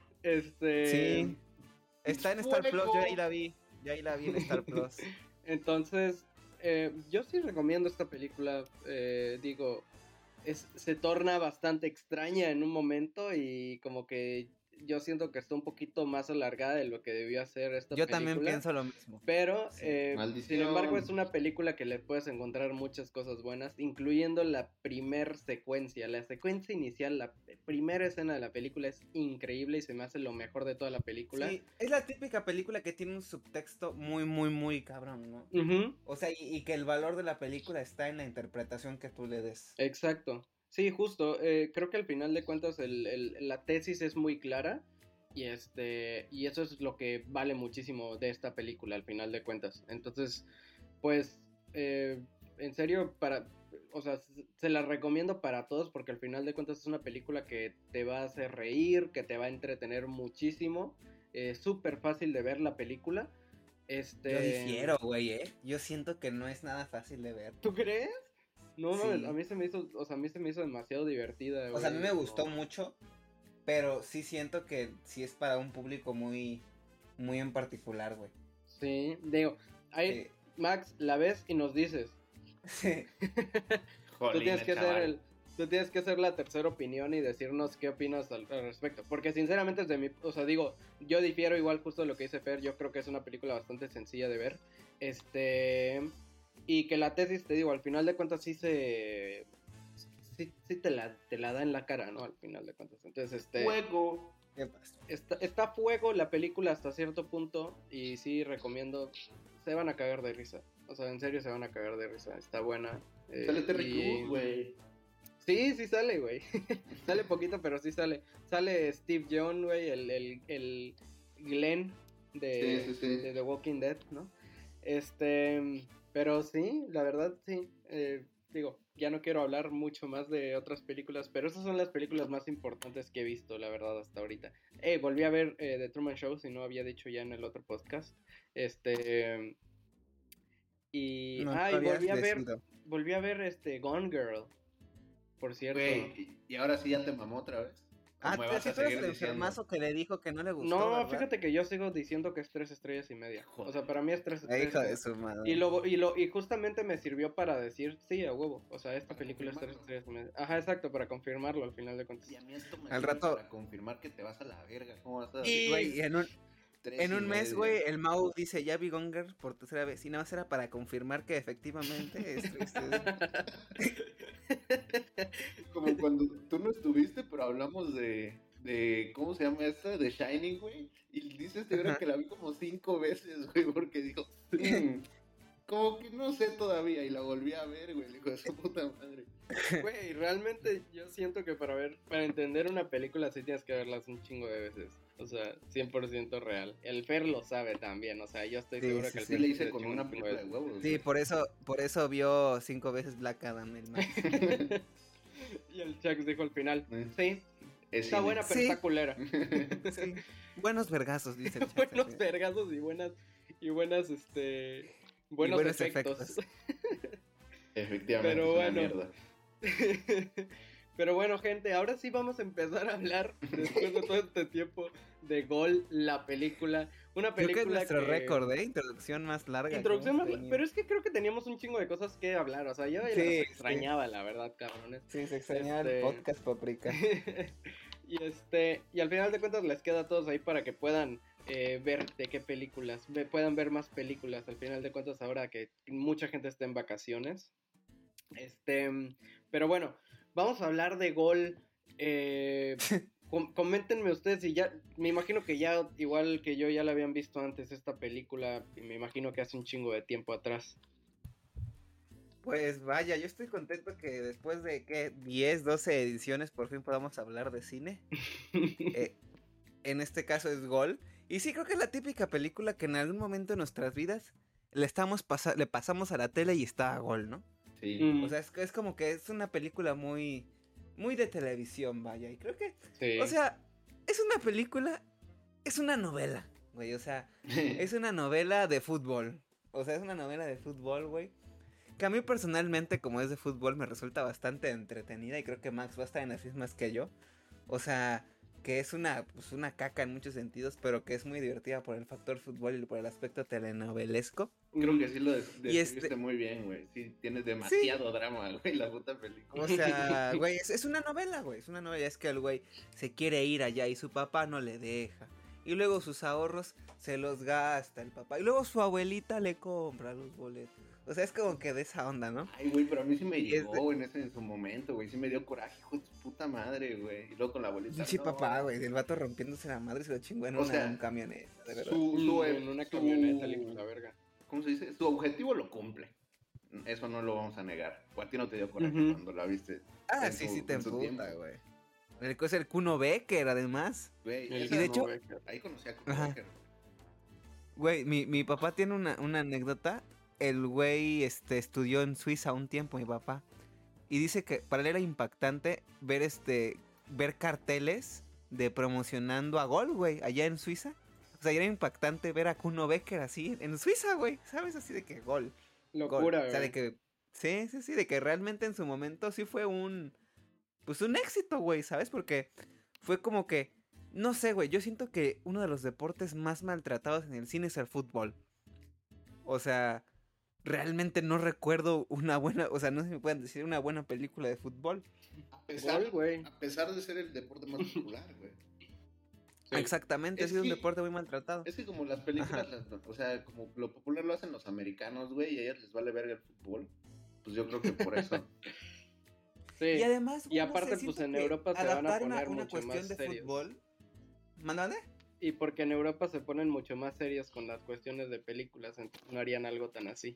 Sí. Está en Star Plus, Fuego. yo ahí la vi. Ya ahí la vi en Star Plus. Entonces, yo sí recomiendo esta película. Digo, se torna bastante extraña en un momento y como que yo siento que está un poquito más alargada de lo que debió ser esta Yo película. también pienso lo mismo. Pero, Sí. sin embargo, es una película que le puedes encontrar muchas cosas buenas, incluyendo la primer secuencia. La secuencia inicial, la primera escena de la película es increíble y se me hace lo mejor de toda la película. Sí, es la típica película que tiene un subtexto muy, muy, muy cabrón, ¿no? Uh-huh. O sea, y que el valor de la película está en la interpretación que tú le des. Exacto. Sí, justo. Creo que al final de cuentas la tesis es muy clara y y eso es lo que vale muchísimo de esta película al final de cuentas. Entonces, pues, en serio, o sea, se la recomiendo para todos porque al final de cuentas es una película que te va a hacer reír, que te va a entretener muchísimo. Súper fácil de ver la película. Yo difiero, güey, Yo siento que no es nada fácil de ver. ¿Tú crees? No, Sí. a mí se me hizo, o sea, a mí se me hizo demasiado divertida. O sea, a mí me güey, gustó no. mucho, pero sí siento que sí es para un público muy, muy en particular, güey. Sí, digo, ahí, Max, la ves y nos dices. Sí. Tú tienes que hacer la tercera opinión y decirnos qué opinas al respecto. Porque sinceramente o sea, digo, yo difiero igual justo de lo que dice Fer, yo creo que es una película bastante sencilla de ver. Y que la tesis, te digo, al final de cuentas sí te la da en la cara, ¿no? Al final de cuentas. Entonces, Fuego. ¿Qué pasa? está a fuego la película hasta cierto punto y sí recomiendo, se van a cagar de risa. O sea, en serio se van a cagar de risa, está buena. Sale Terry Crews, güey. Sí sale, güey. Sale poquito, pero sí sale. Sale Steve Young, güey, el Glenn de The Walking Dead, ¿no? Pero sí, la verdad sí. Digo, ya no quiero hablar mucho más de otras películas, pero esas son las películas más importantes que he visto, la verdad, hasta ahorita. Volví a ver The Truman Show, si no había dicho ya en el otro podcast. Y, No, y todavía has decidido. volví a ver Gone Girl, por cierto. Güey, y ahora sí ya te mamó otra vez. ¿O me vas si a tú eres seguir el diciendo? enfermazo que le dijo que no le gustó, No, ¿verdad? fíjate que yo sigo diciendo que es 3 estrellas y media. O sea, para mí es 3 estrellas Hijo y de media. su madre. Y justamente me sirvió para decir, sí, a huevo. O sea, esta Para película es confirmarlo. 3 estrellas y media. Ajá, exacto, para confirmarlo al final de cuentas. Y a mí esto me Al sirve rato- para confirmar que te vas a la verga. ¿Cómo vas a Y- Güey, Tres en y un mes, media? güey, el Mau dice, ya vi Gonger por tercera vez. Y nada más era para confirmar que efectivamente es triste. Como cuando tú no estuviste, pero hablamos de ¿cómo se llama esta? De Shining, güey. Y dice este güey Ajá. que la vi como 5 veces, güey, porque dijo, como que no sé todavía. Y la volví a ver, güey, le dijo de su puta madre. Güey, realmente yo siento que para entender una película sí tienes que verlas un chingo de veces. O sea, 100% real. El Fer lo sabe también, o sea, yo estoy Sí, seguro sí, que el sí. Fer Sí, le se hice con chingó una un chingo película de veces. huevos. Sí, por eso vio 5 veces Black Adam, el man. Y el Chuck dijo al final, Mm. sí, Es está cine. buena, pero Sí. está culera. Sí. Buenos vergazos, dice el chat. Buenos vergazos y buenos buenos efectos. Efectivamente, Pero es una bueno. mierda. Pero bueno, gente, ahora sí vamos a empezar a hablar, después de todo este tiempo, de Gol, la película. Una Creo película que es nuestro récord, introducción más larga. Introducción que más... hemos tenido. Pero es que creo que teníamos un chingo de cosas que hablar, o sea, yo ya Sí, las sí. extrañaba, la verdad, cabrones. Sí, se extrañaba el podcast Paprika. Y al final de cuentas les queda a todos ahí para que puedan ver de qué películas, puedan ver más películas, al final de cuentas ahora que mucha gente está en vacaciones. Pero bueno, vamos a hablar de Gol. Coméntenme ustedes si ya, me imagino que ya, igual que yo, ya la habían visto antes esta película, y me imagino que hace un chingo de tiempo atrás. Pues vaya, yo estoy contento que después de, ¿qué? 10, 12 ediciones por fin podamos hablar de cine. En este caso es Gol. Y sí, creo que es la típica película que en algún momento de nuestras vidas le pasamos a la tele y está a Gol, ¿no? Sí. O sea, es como que es una película muy, muy de televisión, vaya. Y creo que, Sí. o sea, es una película, es una novela, güey. O sea, es una novela de fútbol. O sea, es una novela de fútbol, güey. Que a mí personalmente, como es de fútbol, me resulta bastante entretenida. Y creo que Max va a estar en las mismas que yo. O sea, que es una caca en muchos sentidos, pero que es muy divertida por el factor fútbol y por el aspecto telenovelesco. Creo que sí lo describiste este- muy bien, güey. Sí, tienes demasiado drama, güey, la puta película. O sea, güey, es una novela, güey. Es una novela. Es que el güey se quiere ir allá y su papá no le deja. Y luego sus ahorros se los gasta el papá. Y luego su abuelita le compra los boletos. O sea, es como que de esa onda, ¿no? Ay, güey, pero a mí sí me Y es llegó en su momento, güey. Sí me dio coraje, hijo de su puta madre, güey. Y luego con la abuelita. Sí, no, papá, güey. El vato rompiéndose la madre se lo chingó en O sea, un camioneta, de verdad. En una camioneta, le hizo la verga. ¿Cómo se dice? Su objetivo lo cumple. Eso no lo vamos a negar. O a ti no te dio coraje Ujú. cuando la viste. Ah, en sí, su- sí te en su emputa, tiempo. güey. El es el Kuno Becker, además. Güey, El Y esa- de hecho, ahí conocí a Ajá. Becker. güey, mi papá tiene una anécdota. El güey estudió en Suiza un tiempo, mi papá. Y dice que para él era impactante ver carteles de promocionando a Gol, güey, allá en Suiza. O sea, era impactante ver a Kuno Becker así en Suiza, güey. ¿Sabes? Así de que Gol. Locura, Gol. O sea, güey. de que sí, de que realmente en su momento sí fue un éxito, güey, ¿sabes? Porque fue como que no sé, güey, yo siento que uno de los deportes más maltratados en el cine es el fútbol. O sea, realmente no recuerdo una buena, o sea, no sé si me pueden decir una buena película de fútbol. Gol, güey. A pesar de ser el deporte más popular, güey. Sí. Exactamente, ha Es sido un que- deporte muy maltratado. Es que como las películas, o sea, como lo popular lo hacen los americanos, güey, y a ellos les vale verga el fútbol, pues yo creo que por eso. Sí. Y además, Y güey, no aparte, sé, pues siento en que Europa se van a adaptar poner una mucho cuestión más de serios. fútbol. ¿Mándale? Y porque en Europa se ponen mucho más serios con las cuestiones de películas, entonces no harían algo tan así.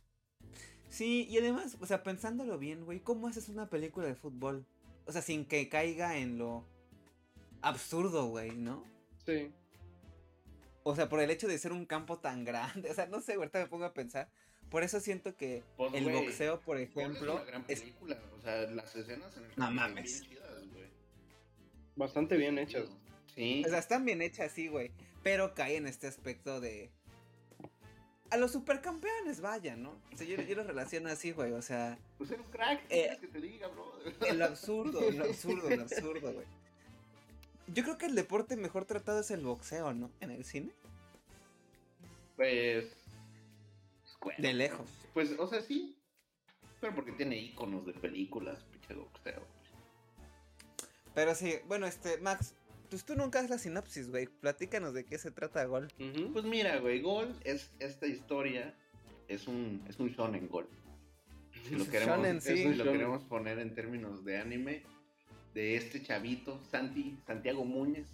Sí, y además, o sea, pensándolo bien, güey, ¿cómo haces una película de fútbol? O sea, sin que caiga en lo absurdo, güey, ¿no? Sí. O sea, por el hecho de ser un campo tan grande. O sea, no sé, ahorita me pongo a pensar. Por eso siento que Pues, el güey, boxeo, por Es ejemplo, una gran película. O sea, las escenas en el No campo mames. están bien chidas, güey. Bastante bien hechas. Sí. o sea, están bien hechas, sí, güey. Pero cae en este aspecto de... A los supercampeones, vaya, ¿no? O sea, yo los relaciono así, güey. O sea, Pues era un crack, ¿qué quieres que te diga, bro? en lo absurdo, güey. Yo creo que el deporte mejor tratado es el boxeo, ¿no? En el cine. Pues. Bueno, De lejos. Pues, o sea, sí. Pero porque tiene iconos de películas, pinche boxeo. Pero sí, bueno, Max, pues tú nunca haces la sinopsis, güey. Platícanos de qué se trata Gol. Ujú. Pues mira, güey, Gol es esta historia. Es un shonen Gol. Si lo queremos, Shonen, sí. si lo Shonen. queremos poner en términos de anime, de este chavito, Santiago Muñez.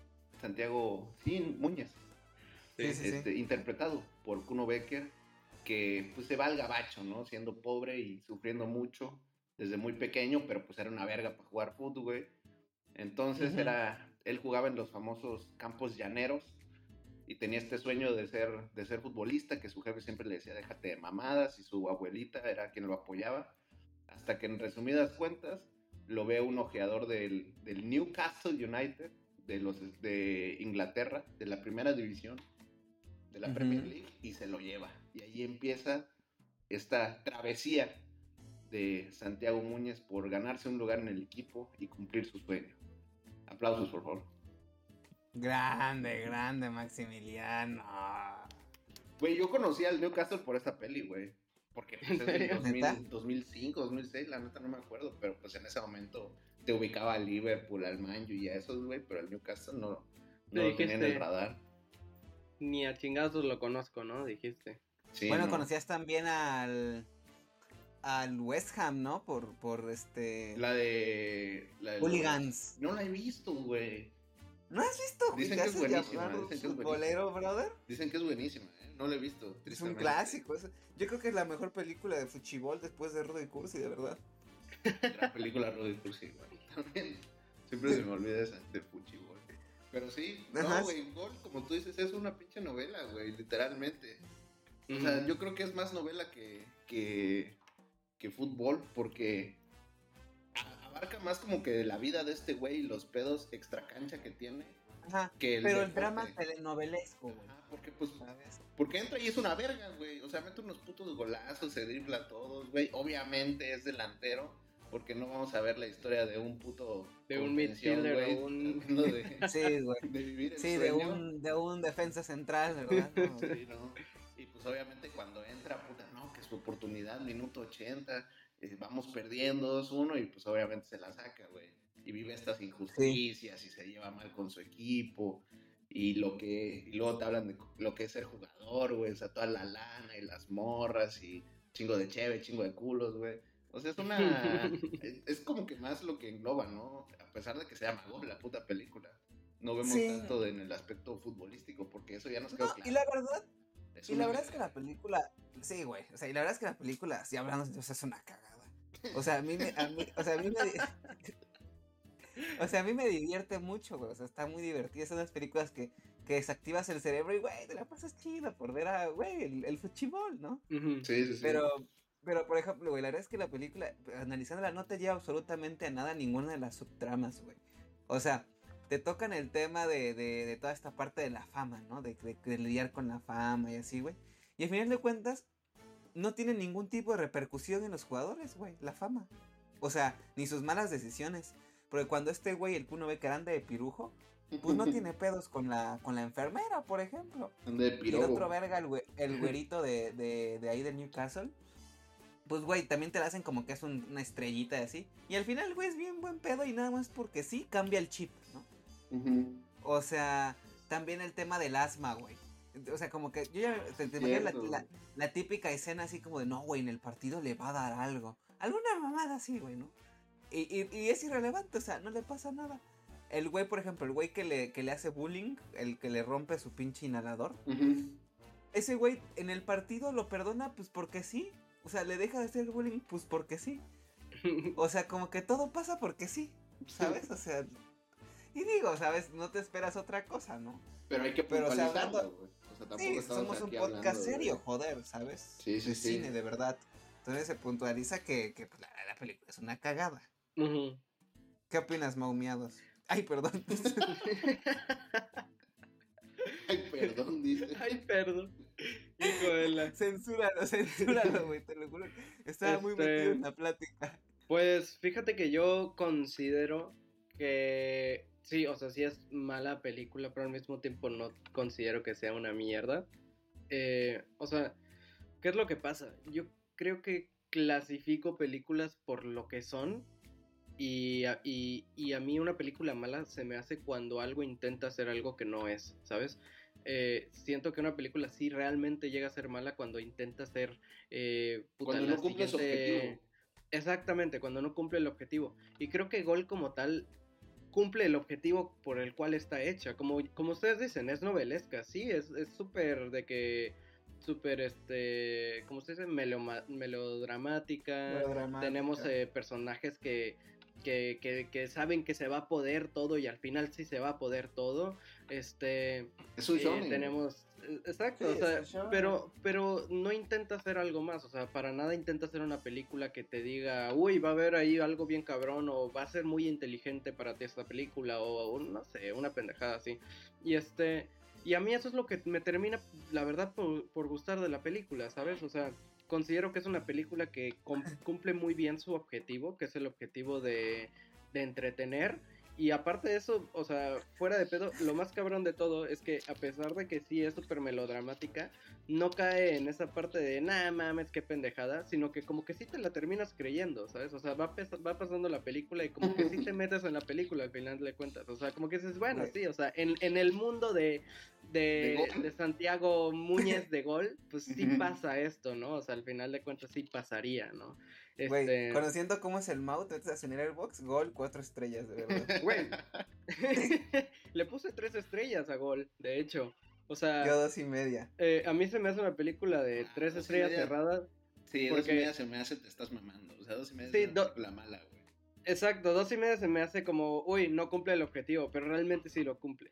Muñez. Sí. Interpretado por Kuno Becker, que pues se va al gabacho, ¿no? Siendo pobre y sufriendo mucho desde muy pequeño, pero pues era una verga para jugar fútbol, güey. Entonces Ujú. él jugaba en los famosos campos llaneros y tenía este sueño de ser futbolista, que su jefe siempre le decía, déjate de mamadas, y su abuelita era quien lo apoyaba, hasta que en resumidas cuentas lo ve un ojeador del Newcastle United, de Inglaterra, de la primera división, de la Premier League, y se lo lleva. Y ahí empieza esta travesía de Santiago Muñez por ganarse un lugar en el equipo y cumplir su sueño. Aplausos, por favor. Grande, Maximiliano. Güey, yo conocí al Newcastle por esta peli, güey. Porque pues, es del ¿Neta? 2005, 2006, la neta no me acuerdo, pero pues en ese momento te ubicaba al Liverpool, al Man U y a esos, güey, pero al Newcastle no lo tenía en el radar. Ni a chingazos lo conozco, ¿no? Dijiste. Sí, Bueno, no. conocías también al West Ham, ¿no? Por La de Hooligans. No la he visto, güey. ¿No has visto? Dicen ¿Te que es haces buenísima, llamar dicen que es futbolero, brother? Dicen que es buenísima, ¿eh? No la he visto. Es un tristemente. clásico. Yo creo que es la mejor película de fútbol después de Rudy Cursi, de verdad. Gran película Rudy Cursi, güey. También siempre se me olvida esa de Fuchibol. Pero sí, Ajá. no, güey, Gol, como tú dices, es una pinche novela, güey, literalmente. O sea, yo creo que es más novela que fútbol, porque abarca más como que la vida de este güey y los pedos extra cancha que tiene. Ajá. Que Pero el deporte. drama telenovelesco, güey. Ajá, porque pues, ¿Sabes? porque entra y es una verga, güey. O sea, mete unos putos golazos, se dribla a todos, güey. Obviamente es delantero, porque no vamos a ver la historia de un puto De un contención, midfielder güey, o un... tratando de, Sí, güey. de vivir el Sí, sueño. de un defensa central, ¿verdad? No. Sí, ¿no? Y pues obviamente cuando entra, puta, no, que su oportunidad, minuto 80, vamos perdiendo 2-1 y pues obviamente se la saca, güey. Y vive estas injusticias y se lleva mal con su equipo. Y luego te hablan de lo que es ser jugador, güey, o sea, toda la lana y las morras y chingo de cheve, chingo de culos, güey. O sea, es como que más lo que engloba, ¿no? A pesar de que se llama Gol, la puta película. No vemos Sí. tanto en el aspecto futbolístico, porque eso ya nos quedó No, claro. y la verdad Es Y una la verdad es que verga. la película, sí, güey, o sea, y la verdad es que la película, si hablando de Dios, es una cagada. O sea, a mí me divierte mucho, güey, o sea, está muy divertida, son las películas que desactivas el cerebro y, güey, te la pasas chido por ver a, güey, el fútbol, ¿no? Ujú. Sí. Pero, por ejemplo, güey, la verdad es que la película, analizándola, no te lleva absolutamente a nada ninguna de las subtramas, güey. O sea, te tocan el tema de toda esta parte de la fama, ¿no? De lidiar con la fama y así, güey. Y al final de cuentas, no tiene ningún tipo de repercusión en los jugadores, güey, la fama. O sea, ni sus malas decisiones. Porque cuando este güey, el Kuno Becker, anda de pirujo, pues no tiene pedos con la enfermera, por ejemplo. De Y el pirobo. otro verga, el güerito de ahí del Newcastle, pues güey, también te la hacen como que es una estrellita así. Y al final, güey, es bien buen pedo y nada más porque sí cambia el chip, ¿no? Ujú. O sea, también el tema del asma, güey. O sea, como que yo ya te imaginas Cierto. la típica escena así como de, no, güey, en el partido le va a dar algo. Alguna mamada así, güey, ¿no? Y es irrelevante, o sea, no le pasa nada. El güey, por ejemplo, el güey que le hace bullying, el que le rompe su pinche inhalador. Ujú. Ese güey en el partido lo perdona pues porque sí. O sea, le deja de hacer bullying pues porque sí. O sea, como que todo pasa porque sí, ¿sabes? O sea, Y digo, ¿sabes? No te esperas otra cosa, ¿no? Pero hay que Pero, o sea, puntualizarlo, güey. O sea, tampoco Sí, estamos somos un aquí podcast hablando serio, joder, ¿sabes? Sí, sí, De sí. cine, de verdad. Entonces se puntualiza que pues, la película es una cagada. Ujú. ¿Qué opinas, Maumiados? Ay, perdón. Ay, perdón, dice. Ay, perdón. Hijo de la... Censúralo, güey, te lo juro. Estaba muy metido en la plática. Pues fíjate que yo considero que sí, o sea, sí es mala película, pero al mismo tiempo no considero que sea una mierda. O sea, ¿qué es lo que pasa? Yo creo que clasifico películas por lo que son y a mí una película mala se me hace cuando algo intenta hacer algo que no es, ¿sabes? Siento que una película sí realmente llega a ser mala cuando intenta ser Cuando no cumple su objetivo. Exactamente, cuando no cumple el objetivo. Y creo que Gol como tal cumple el objetivo por el cual está hecha. Como ustedes dicen, es novelesca, sí, es súper de que súper como ustedes dicen, melodramática. Tenemos personajes que saben que se va a poder todo y al final sí se va a poder todo. Es un shonen. Tenemos exacto, Sí, o sea, pero no intenta hacer algo más, o sea, para nada intenta hacer una película que te diga, uy, va a haber ahí algo bien cabrón, o va a ser muy inteligente para ti esta película, o no sé, una pendejada así. Y a mí eso es lo que me termina, la verdad, por gustar de la película, ¿sabes? O sea, considero que es una película que cumple muy bien su objetivo, que es el objetivo de entretener. Y aparte de eso, o sea, fuera de pedo, lo más cabrón de todo es que a pesar de que sí es súper melodramática, no cae en esa parte de, nah, mames, qué pendejada, sino que como que sí te la terminas creyendo, ¿sabes? O sea, va pasando la película y como que sí te metes en la película al final de cuentas. O sea, como que dices, bueno, sí, o sea, en el mundo de Santiago Muñez de Gol, pues sí pasa esto, ¿no? O sea, al final de cuentas sí pasaría, ¿no? Güey, conociendo cómo es el Mau, te metes a el Box, Gol, 4 estrellas, de verdad. Güey, le puse 3 estrellas a Gol, de hecho. O sea, yo 2.5. A mí se me hace una película de 3 estrellas cerradas. Sí, porque 2.5 se me hace, te estás mamando. O sea, 2.5 sí, es una película mala, güey. Exacto, 2.5 se me hace como, uy, no cumple el objetivo, pero realmente sí lo cumple.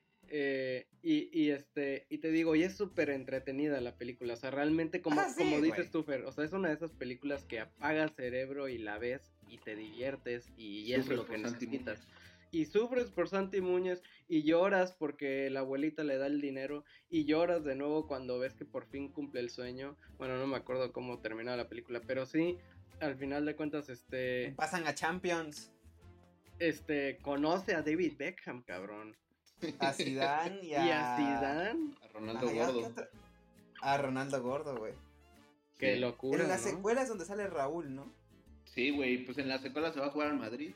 Y te digo, y es súper entretenida la película, o sea, realmente como dices tú, Fer, o sea, es una de esas películas que apaga el cerebro y la ves y te diviertes y es lo que necesitas. Y sufres por Santi Muñez y lloras porque la abuelita le da el dinero y lloras de nuevo cuando ves que por fin cumple el sueño. Bueno, no me acuerdo cómo terminaba la película, pero sí, al final de cuentas, pasan a Champions. Conoce a David Beckham, cabrón. A Zidane y a Zidane. A Ronaldo Gordo. A Ronaldo Gordo, güey. Qué locura, en las ¿no? secuelas es donde sale Raúl, ¿no? Sí, güey, pues en la secuela se va a jugar al Madrid.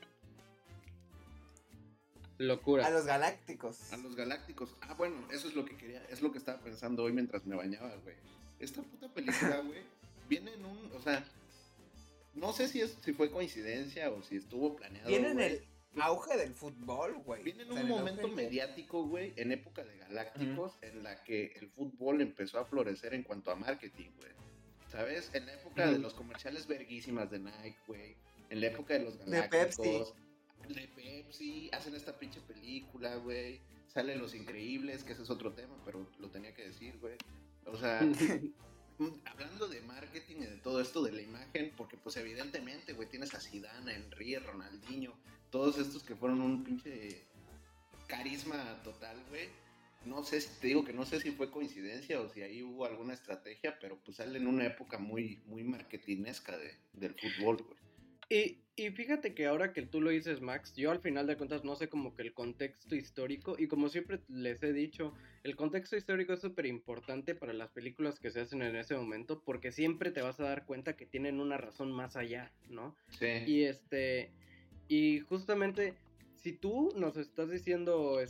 Locura. A los Galácticos. A los Galácticos. Ah, bueno, eso es lo que quería, es lo que estaba pensando hoy mientras me bañaba, güey. Esta puta película, güey, viene en o sea, no sé si fue coincidencia o si estuvo planeado. Viene en el auge del fútbol, güey. Viene en un momento mediático, güey, en época de Galácticos, en la que el fútbol empezó a florecer en cuanto a marketing, güey. ¿Sabes? En la época de los comerciales verguísimas de Nike, güey. En la época de los Galácticos. De Pepsi. Hacen esta pinche película, güey. Salen Los Increíbles, que ese es otro tema, pero lo tenía que decir, güey. O sea, hablando de marketing y de todo esto de la imagen, porque pues evidentemente, güey, tienes a Zidane, a Henry, a Ronaldinho, todos estos que fueron un pinche carisma total, güey. No sé si te digo que no sé si fue coincidencia o si ahí hubo alguna estrategia, pero pues sale en una época muy, muy marketinesca del fútbol, güey. Y fíjate que ahora que tú lo dices, Max, yo al final de cuentas no sé como que el contexto histórico, y como siempre les he dicho, el contexto histórico es súper importante para las películas que se hacen en ese momento, porque siempre te vas a dar cuenta que tienen una razón más allá, ¿no? Sí. Y justamente, si tú nos estás diciendo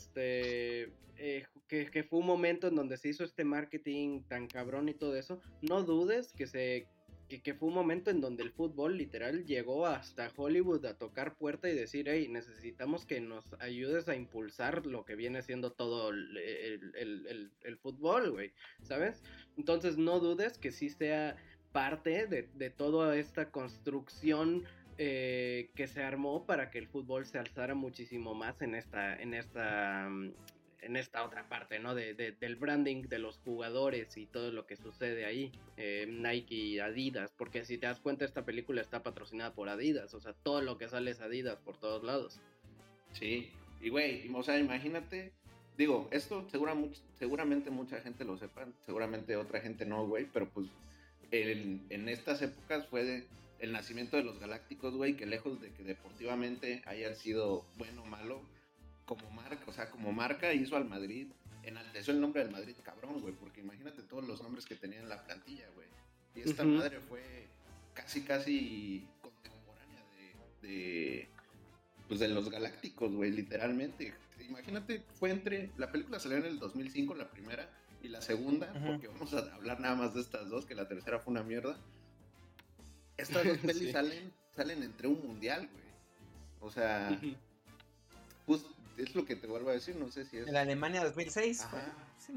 que fue un momento en donde se hizo este marketing tan cabrón y todo eso, no dudes que fue un momento en donde el fútbol literal llegó hasta Hollywood a tocar puerta y decir, hey, necesitamos que nos ayudes a impulsar lo que viene siendo todo el fútbol, güey, ¿sabes? Entonces no dudes que sí sea parte de toda esta construcción que se armó para que el fútbol se alzara muchísimo más en esta otra parte, ¿no? Del branding de los jugadores y todo lo que sucede ahí, Nike y Adidas, porque si te das cuenta esta película está patrocinada por Adidas, o sea, todo lo que sale es Adidas por todos lados. Sí, y güey, o sea, imagínate, digo, esto seguramente mucha gente lo sepa, seguramente otra gente no, güey, pero pues en estas épocas fue el nacimiento de los Galácticos, güey, que lejos de que deportivamente hayan sido bueno o malo, como marca, o sea, como marca hizo al Madrid, enalteció el nombre del Madrid, cabrón, güey, porque imagínate todos los nombres que tenía en la plantilla, güey. Y esta madre fue casi contemporánea pues de los Galácticos, güey, literalmente. Imagínate, la película salió en el 2005, la primera, y la segunda, porque vamos a hablar nada más de estas dos, que la tercera fue una mierda. Estas dos pelis salen entre un mundial, güey. O sea, pues es lo que te vuelvo a decir, no sé si es... En la Alemania 2006. Ajá. Sí.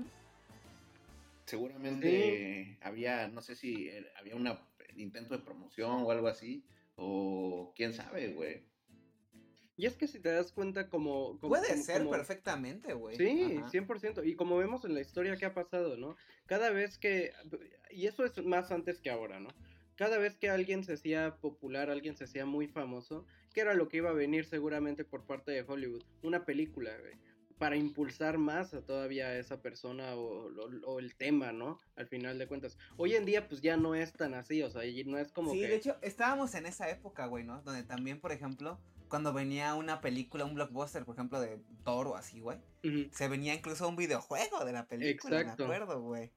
Seguramente había, no sé si había un intento de promoción o algo así, o quién sabe, güey. Y es que si te das cuenta Puede ser perfectamente, güey. Sí, 100%. Y como vemos en la historia que ha pasado, ¿no? Cada vez que... Y eso es más antes que ahora, ¿no? Cada vez que alguien se hacía popular, alguien se hacía muy famoso, ¿qué era lo que iba a venir seguramente por parte de Hollywood? Una película, güey, para impulsar más a todavía esa persona o el tema, ¿no? Al final de cuentas. Hoy en día, pues ya no es tan así, o sea, no es como sí, que... de hecho, estábamos en esa época, güey, ¿no? Donde también, por ejemplo, cuando venía una película, un blockbuster, por ejemplo, de Thor o así, güey, se venía incluso un videojuego de la película, Exacto. me acuerdo, güey.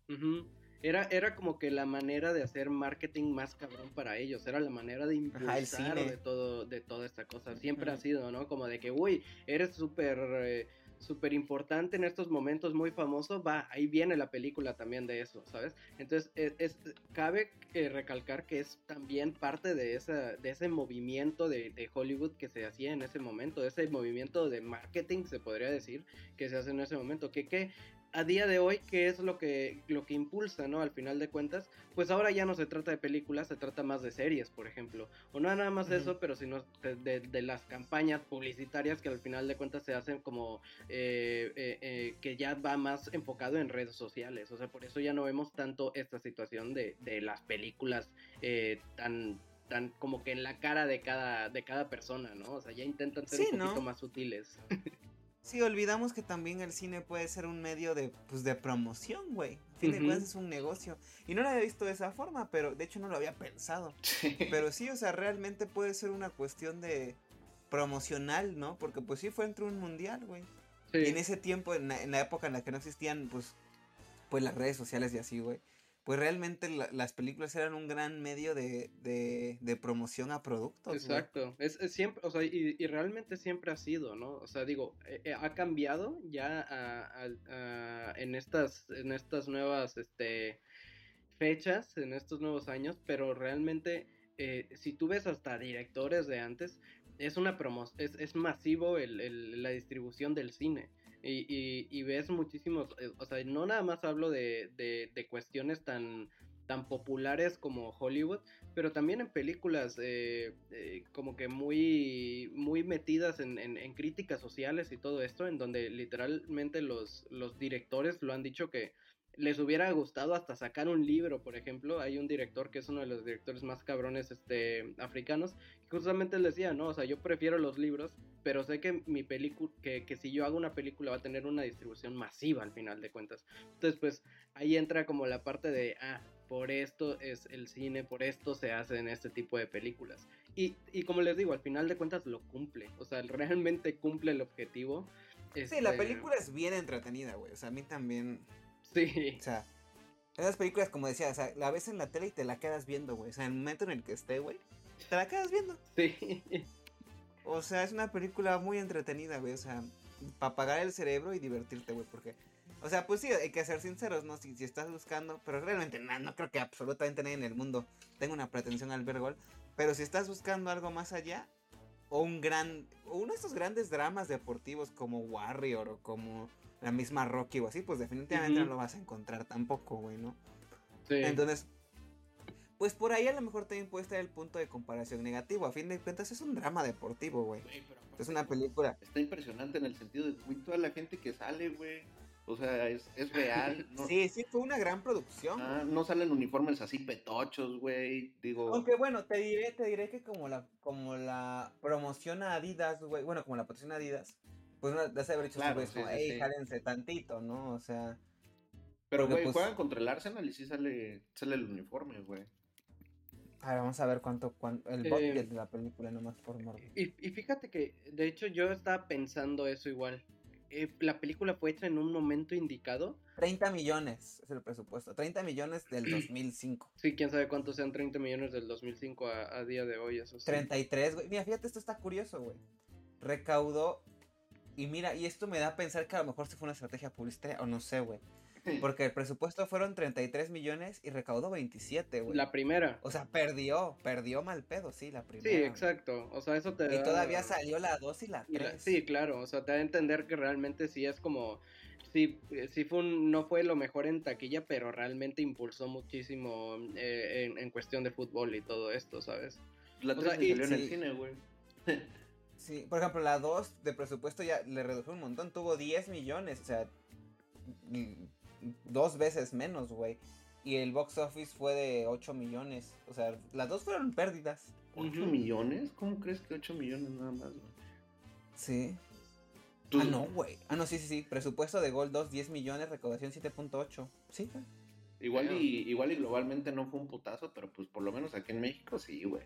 Era como que la manera de hacer marketing más cabrón para ellos, era la manera de impulsar de toda esta cosa, siempre ha sido, ¿no? Como de que, uy, eres súper importante en estos momentos, muy famoso, va, ahí viene la película también de eso, ¿sabes? Entonces, cabe recalcar que es también parte de ese movimiento de Hollywood que se hacía en ese momento, de ese movimiento de marketing, se podría decir, que se hace en ese momento, que a día de hoy, ¿qué es lo que impulsa, ¿no? Al final de cuentas, pues ahora ya no se trata de películas, se trata más de series, por ejemplo. O no nada más de eso, pero sino de las campañas publicitarias que al final de cuentas se hacen como que ya va más enfocado en redes sociales. O sea, por eso ya no vemos tanto esta situación de las películas tan como que en la cara de cada persona, ¿no? O sea, ya intentan ser un poquito más sutiles. Sí, olvidamos que también el cine puede ser un medio de promoción, güey. A fin de cuentas es un negocio. Y no lo había visto de esa forma, pero de hecho no lo había pensado. Pero sí, o sea, realmente puede ser una cuestión de promocional, ¿no? Porque pues sí fue entre un mundial, güey. Sí. Y en ese tiempo, en la época en la que no existían, pues las redes sociales y así, güey. Pues realmente las películas eran un gran medio de promoción a productos. Exacto, es siempre, o sea, y realmente siempre ha sido, ¿no? O sea, digo, ha cambiado ya en estas nuevas fechas, en estos nuevos años, pero realmente si tú ves hasta directores de antes, es masivo la distribución del cine. Y ves muchísimos, o sea, no nada más hablo de cuestiones tan populares como Hollywood, pero también en películas como que muy metidas en críticas sociales y todo esto, en donde literalmente los directores lo han dicho que les hubiera gustado hasta sacar un libro. Por ejemplo, hay un director que es uno de los directores más cabrones africanos, que justamente les decía, no, o sea, yo prefiero los libros, pero sé que mi película, que si yo hago una película va a tener una distribución masiva al final de cuentas. Entonces, pues, ahí entra como la parte de, por esto es el cine, por esto se hacen este tipo de películas. Y como les digo, al final de cuentas lo cumple, o sea, realmente cumple el objetivo. Sí, la película es bien entretenida, güey, o sea, a mí también... Sí. O sea, esas películas, como decía, o sea, la ves en la tele y te la quedas viendo, güey. O sea, en el momento en el que esté, güey, te la quedas viendo. Sí. O sea, es una película muy entretenida, güey. O sea, para apagar el cerebro y divertirte, güey. Porque, o sea, pues sí, hay que ser sinceros, ¿no? Si estás buscando, pero realmente no creo que absolutamente nadie en el mundo tenga una pretensión al ver gol. Pero si estás buscando algo más allá, o uno de estos grandes dramas deportivos como Warrior o como la misma Rocky o así, pues definitivamente no lo vas a encontrar tampoco, güey, ¿no? Sí. Entonces, Pues por ahí a lo mejor también puede estar el punto de comparación negativo. A fin de cuentas es un drama deportivo, güey. Güey, pero Es una película. está impresionante en el sentido de, güey, toda la gente que sale, güey. O sea, es real. No, Sí, fue una gran producción. no salen uniformes así petochos, güey. Digo, Aunque bueno, te diré que como la promoción a Adidas, güey, bueno, como la patrocina Adidas, pues no, de haber dicho Claro, güey, sí, como, sí, hey, sí. jálense tantito, ¿no? O sea, pero, porque, güey, pues, juegan contra el Arsenal y sí sale el uniforme, güey. a ver, vamos a ver cuánto el budget de la película nomás por morbo. Y fíjate que, de hecho, yo estaba pensando eso igual. La película fue hecha en un momento indicado. 30 millones es el presupuesto, 30 millones del 2005. Sí, quién sabe cuántos sean 30 millones del 2005 a día de hoy, eso sí. 33, güey. Mira, fíjate, esto está curioso, güey. Recaudó, y mira, y esto me da a pensar que a lo mejor sí fue una estrategia publicitaria, o no sé, güey. Porque el presupuesto fueron 33 millones y recaudó 27, güey. La primera. O sea, perdió mal pedo, sí, la primera. Sí, exacto. O sea, eso te Y da... todavía salió la 2 y la 3. Sí, claro. O sea, te da a entender que realmente sí es como... Sí, no fue lo mejor en taquilla, pero realmente impulsó muchísimo en cuestión de fútbol y todo esto, ¿sabes? La O 3 sea, salió en sí. el cine, güey. Sí, por ejemplo, la 2 de presupuesto ya le redujo un montón, tuvo 10 millones, o sea, 2 veces menos, güey. Y el box office fue de 8 millones, o sea, las dos fueron pérdidas. ¿8 Ujú. millones? ¿Cómo crees que 8 millones nada más, güey? Sí. Tú- Ah, no, güey. Ah, no, sí. Presupuesto de Gol 2, 10 millones, recaudación 7.8. Sí, güey. Igual y globalmente no fue un putazo, pero pues por lo menos aquí en México sí, güey.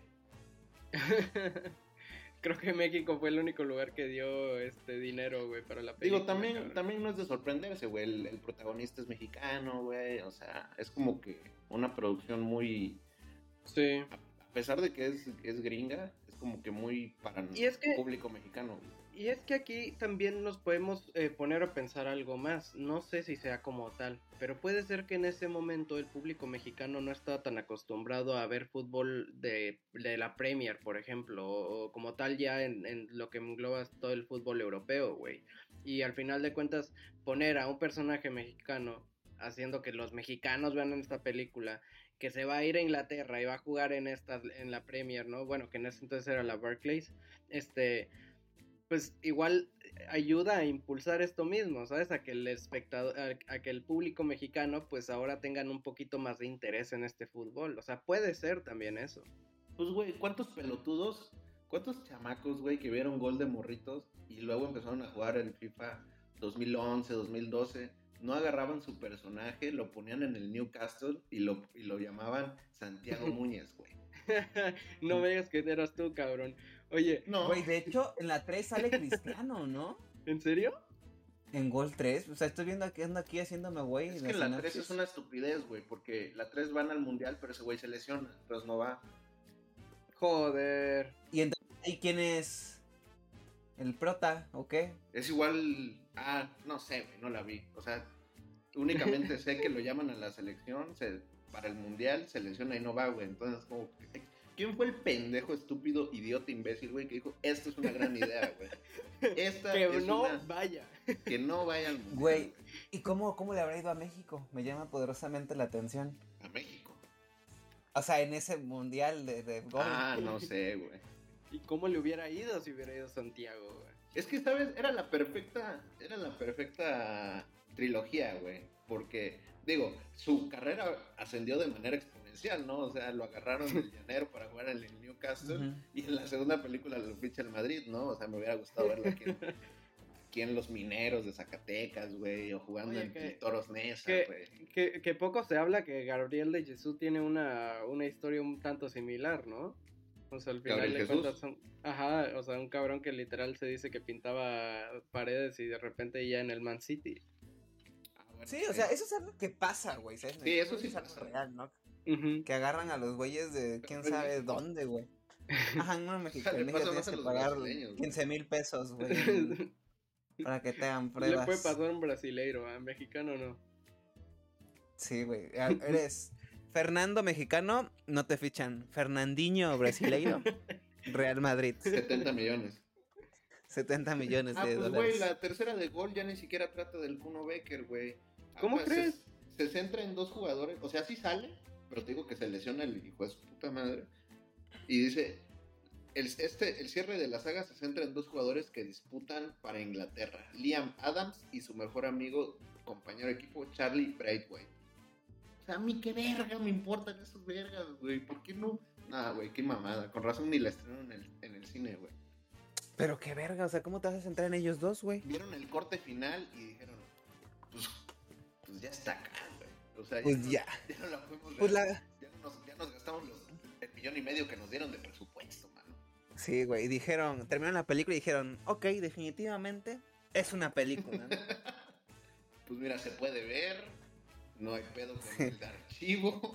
Creo que México fue el único lugar que dio dinero, güey, para la película. Digo, también, cabrón. también no es de sorprenderse, güey. El protagonista es mexicano, güey. O sea, es como que una producción muy... Sí. A pesar de que es gringa, es como que muy para Y es que- público mexicano, güey. Y es que aquí también nos podemos poner a pensar algo más. No sé si sea como tal, pero puede ser que en ese momento el público mexicano no estaba tan acostumbrado a ver fútbol de la Premier, por ejemplo, o como tal ya en lo que engloba todo el fútbol europeo, güey. Y al final de cuentas, poner a un personaje mexicano haciendo que los mexicanos vean en esta película que se va a ir a Inglaterra y va a jugar en la Premier, ¿no? Bueno, que en ese entonces era la Barclays, pues igual ayuda a impulsar esto mismo, ¿sabes? A que el espectador, a que el público mexicano pues ahora tengan un poquito más de interés en este fútbol. O sea, puede ser también eso. Pues, güey, cuántos chamacos, güey, que vieron Gol de morritos y luego empezaron a jugar el FIFA 2011, 2012, no agarraban su personaje, lo ponían en el Newcastle y lo llamaban Santiago Muñez, güey. No me digas que eras tú, cabrón. Oye, No, Güey, de hecho, en la 3 sale Cristiano, ¿no? ¿en serio? En Gol 3, o sea, estoy viendo que ando aquí haciéndome, güey. es que la 3 es una estupidez, güey, porque la 3 van al mundial, pero ese güey se lesiona, entonces no va. Joder. ¿Y entonces ahí quién es? ¿El prota o qué? Es igual, no sé, güey, no la vi. O sea, únicamente sé que lo llaman a la selección para el mundial, se lesiona y no va, güey. Entonces, como, ¿quién fue el pendejo, estúpido, idiota, imbécil, güey, que dijo, esto es una gran idea, güey? Esta Que es no una... vaya. Que no vaya al mundial, Güey, ¿y cómo le habrá ido a México? Me llama poderosamente la atención. a México. O sea, en ese mundial de Gol. No sé, güey. ¿Y cómo le hubiera ido si hubiera ido a Santiago, güey? Es que, ¿sabes? Era la perfecta trilogía, güey. Porque, digo, su carrera ascendió de manera exponencial, ¿no? O sea, lo agarraron del llanero para jugar en el Newcastle. Ujú. Y en la segunda película lo ficha el Madrid, ¿no? O sea, me hubiera gustado verlo aquí en los Mineros de Zacatecas, güey. O jugando Oye, en que- el Toros Neza, güey. Que poco se habla que Gabriel de Jesús tiene una historia un tanto similar, ¿no? O sea, al final ¿Gabriel de Jesús? cuentas o sea, un cabrón que literal se dice que pintaba paredes y de repente ya en el Man City. Bueno, Sí, o sea, eso es algo que pasa, güey. ¿Sabes? Sí, eso sí es algo pasa. real, ¿no? Ujú. Que agarran a los güeyes de quién Pero en sabe México. dónde, güey. Ajá, no, en México, Le en México pasa tienes más a que los pagar brasileños, güey. 15,000 pesos, güey, para que te hagan Le pruebas. puede pasar a un brasileiro, a mexicano no. Sí, güey. Eres Fernando mexicano, no te fichan. Fernandinho brasileiro, Real Madrid. 70 millones. 70 millones de Pues, dólares. güey, la tercera de Gol ya ni siquiera trata del Kuno Becker, güey. ¿Cómo Pues, crees? Se centra en dos jugadores, o sea, sí sale, pero te digo que se lesiona el hijo de su puta madre. Y dice, el cierre de la saga se centra en dos jugadores que disputan para Inglaterra, Liam Adams y su mejor amigo, compañero de equipo, Charlie Braithwaite. O sea, a mí qué verga me importan esos vergas, güey, ¿por qué no? Nada, güey, qué mamada, con razón ni la estrenaron en el cine, güey. Pero qué verga, o sea, ¿cómo te vas a centrar en ellos dos, güey? Vieron el corte final y dijeron, pues ya está acá, güey. O sea, Pues ya. Ya no la podemos Pues ya nos gastamos el 1.5 millones que nos dieron de presupuesto, mano. Sí, güey, dijeron, terminaron la película y dijeron, ok, definitivamente es una película, ¿no? Pues mira, se puede ver, no hay pedo con el archivo.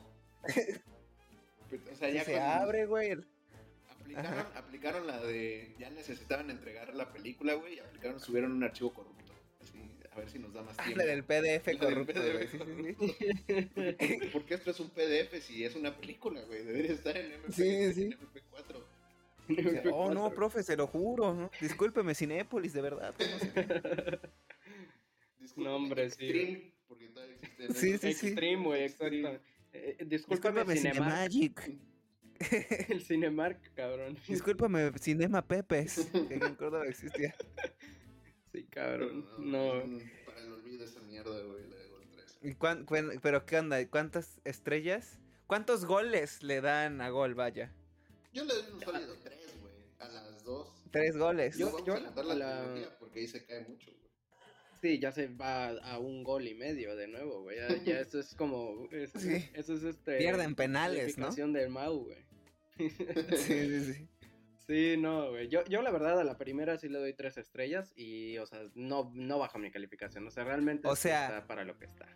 O sea, Sí, ya se abre, güey. aplicaron la de, ya necesitaban entregar la película, güey, y subieron un archivo corrupto. Así, a ver si nos da más tiempo. La del PDF La corrupto, del güey. PDF Sí, corrupto. Porque esto es un PDF si es una película, güey. Debería estar en MP, Sí. en MP4. Dice, oh, no, profe, se lo juro, ¿no? Discúlpeme, Cinépolis, de verdad. Pues, no sé. Disculpen, No, hombre, Extreme, sí. porque todavía existe. Sí, sí, sí. Extreme, güey, Extreme. exacto. Discúlpame, Cinemark. Cinemagic. El Cinemark, cabrón. Discúlpame, Cinema Pepes. Que aquí en Córdoba existía. Sí, cabrón. No. Para el olvido esa mierda, güey, la de Gol 3. ¿Y pero qué onda? ¿Cuántas estrellas? ¿Cuántos goles le dan a Gol, vaya? Yo le doy un sólido 3, güey. A las 2. 3 goles. Yo- No vamos yo a cantar la la- trilogía porque ahí se cae mucho, güey. Sí, ya se va a 1.5 goles de nuevo, güey. Ya eso es como. Sí. Eso es Pierden penales, ¿no? calificación del Mau, güey. Sí, sí, sí. Sí, no, güey. Yo la verdad a la primera sí le doy 3 estrellas y, o sea, no bajo mi calificación. O sea, realmente O sí sea- está para lo que está.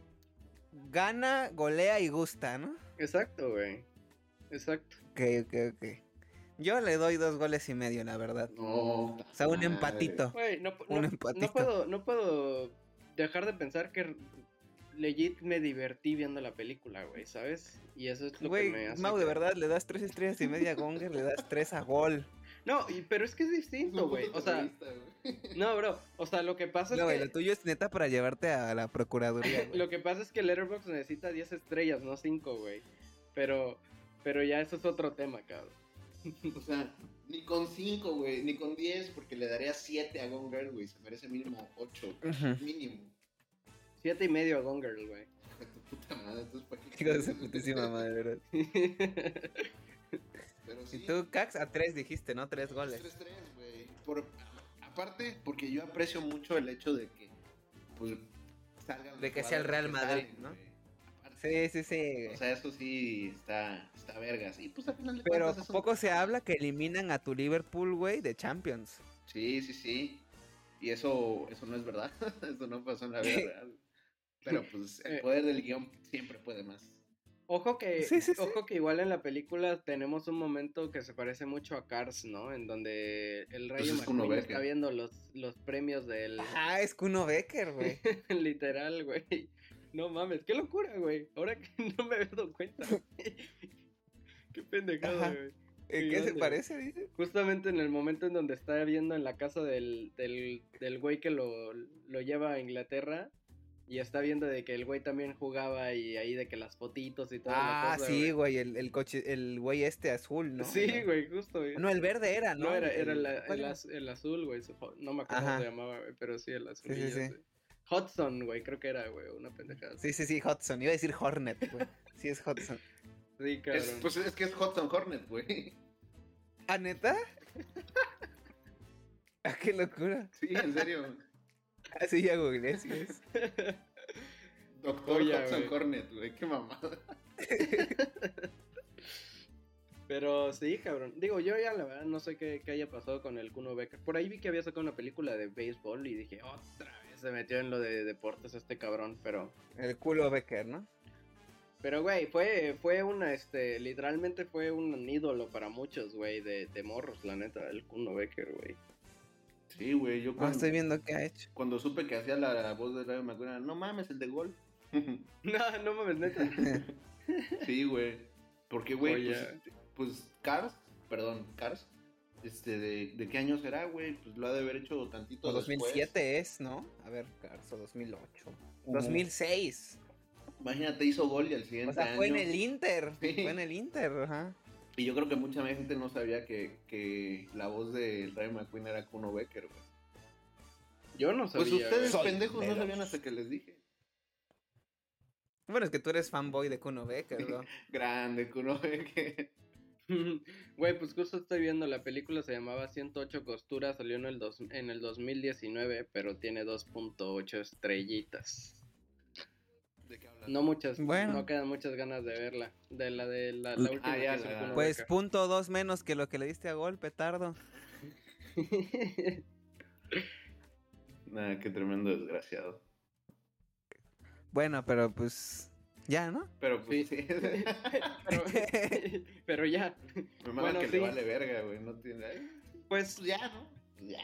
Gana, golea y gusta, ¿no? Exacto, güey. Exacto. Ok. Yo le doy 2 goles y medio, la verdad. No. O sea, un empatito. Güey, Un empatito. no puedo dejar de pensar que legit me divertí viendo la película, güey, ¿sabes? Y eso es lo Güey, que me hace. Mau, de verdad, le das 3 estrellas y media a Gonger, le das 3 a Gol. No, pero es que es distinto, güey. O sea, no, bro. O sea, lo que pasa No, güey, es lo tuyo es neta para llevarte a la procuraduría, güey. lo que pasa es que Letterboxd necesita 10 estrellas, no 5, güey. Pero ya eso es otro tema, cabrón. O sea, ni con 5, güey, ni con 10, porque le daría 7 a Gone Girl, güey. Se merece mínimo 8. Ujú. Mínimo. 7.5 a Gone Girl, güey. Hijo de tu puta madre, entonces ¿para qué? Hijo de su putísima madre, ¿verdad? Pero Y sí. tú, Cax, a 3 dijiste, ¿no? 3 goles. 3-3, güey. Aparte, porque yo aprecio mucho el hecho de que, pues, salgan los De que sea el jugadores Real que Madrid, salen, ¿no? güey. Aparte. Sí. O sea, eso sí está vergas. Y pues al final de Pero cuentas es un- poco se habla que eliminan a tu Liverpool, güey, de Champions. Sí. Y eso no es verdad. Eso no pasó en la vida real. Pero pues el poder del guión siempre puede más. Ojo que, Sí. ojo que igual en la película tenemos un momento que se parece mucho a Cars, ¿no? En donde el Rayo Pues es Kuno McQueen Becker. está viendo los premios del... Ah, es Kuno Becker, güey. Literal, güey. No mames, qué locura, güey. Ahora que no me había dado cuenta. Qué pendejada, Ajá. güey. ¿En qué se grande. parece, dice? Justamente en el momento en donde está viendo en la casa del güey que lo lleva a Inglaterra. Y está viendo de que el güey también jugaba y ahí de que las fotitos y toda la Ah, cosa, sí, güey, el coche, el güey este azul, ¿no? Sí, güey, justo, güey. No, el verde era, ¿no? No, era ¿cuál era? el azul, güey. No me acuerdo Ajá. cómo se llamaba, güey, pero sí, el azul. Sí. Hudson, güey, creo que era, güey, una pendejada. Sí, Hudson. Iba a decir Hornet, güey. Sí, es Hudson. Sí, cabrón. Pues es que es Hudson Hornet, güey. ¿Ah, neta? Ah, qué locura. Sí, en serio. Así ya googleé, sí es. Doctor Oye, Hudson güey. Hornet, güey. Qué mamada. Pero sí, cabrón. Digo, yo ya la verdad no sé qué haya pasado con el Kuno Becker. Por ahí vi que había sacado una película de béisbol y dije, otra vez se metió en lo de deportes este cabrón, pero... El culo Becker, ¿no? Pero, güey, fue una, literalmente fue un ídolo para muchos, güey, de morros, la neta, el Kuno Becker, güey. Sí, güey. Yo No, estoy viendo qué ha hecho. cuando supe que hacía la voz de Radio McQueen, no mames, el de gol. No mames, neta. Sí, güey. Porque, güey, Oye. pues Cars, ¿de qué año será, güey? Pues lo ha de haber hecho tantito O después. 2007 es, ¿no? A ver, Carso, 2008. 2006. Imagínate, hizo gol y al siguiente O sea, fue año... en el Inter. Sí. Fue en el Inter, ajá. Y yo creo que mucha gente no sabía que la voz del Rayo McQueen era Kuno Becker, güey. Yo no sabía. Pues ustedes, Soy pendejos, no de sabían los- hasta que les dije. Bueno, es que tú eres fanboy de Kuno Becker, ¿no? Grande, Kuno Becker. Güey, pues justo estoy viendo, la película se llamaba 108 costuras, salió en el 2019, pero tiene 2.8 estrellitas. ¿De qué hablas? No muchas, Bueno. no quedan muchas ganas de verla. De la última ya, que hizo la- Kuno Pues Becker. punto 2 menos que lo que le diste a gol, petardo. Nah, qué tremendo desgraciado. Bueno, pero pues ya, ¿no? Pero pues Sí. sí. pero, pero ya, Me mama Bueno, que sí. le vale verga, güey. No tiene. Ay, pues ya, ¿no? Ya.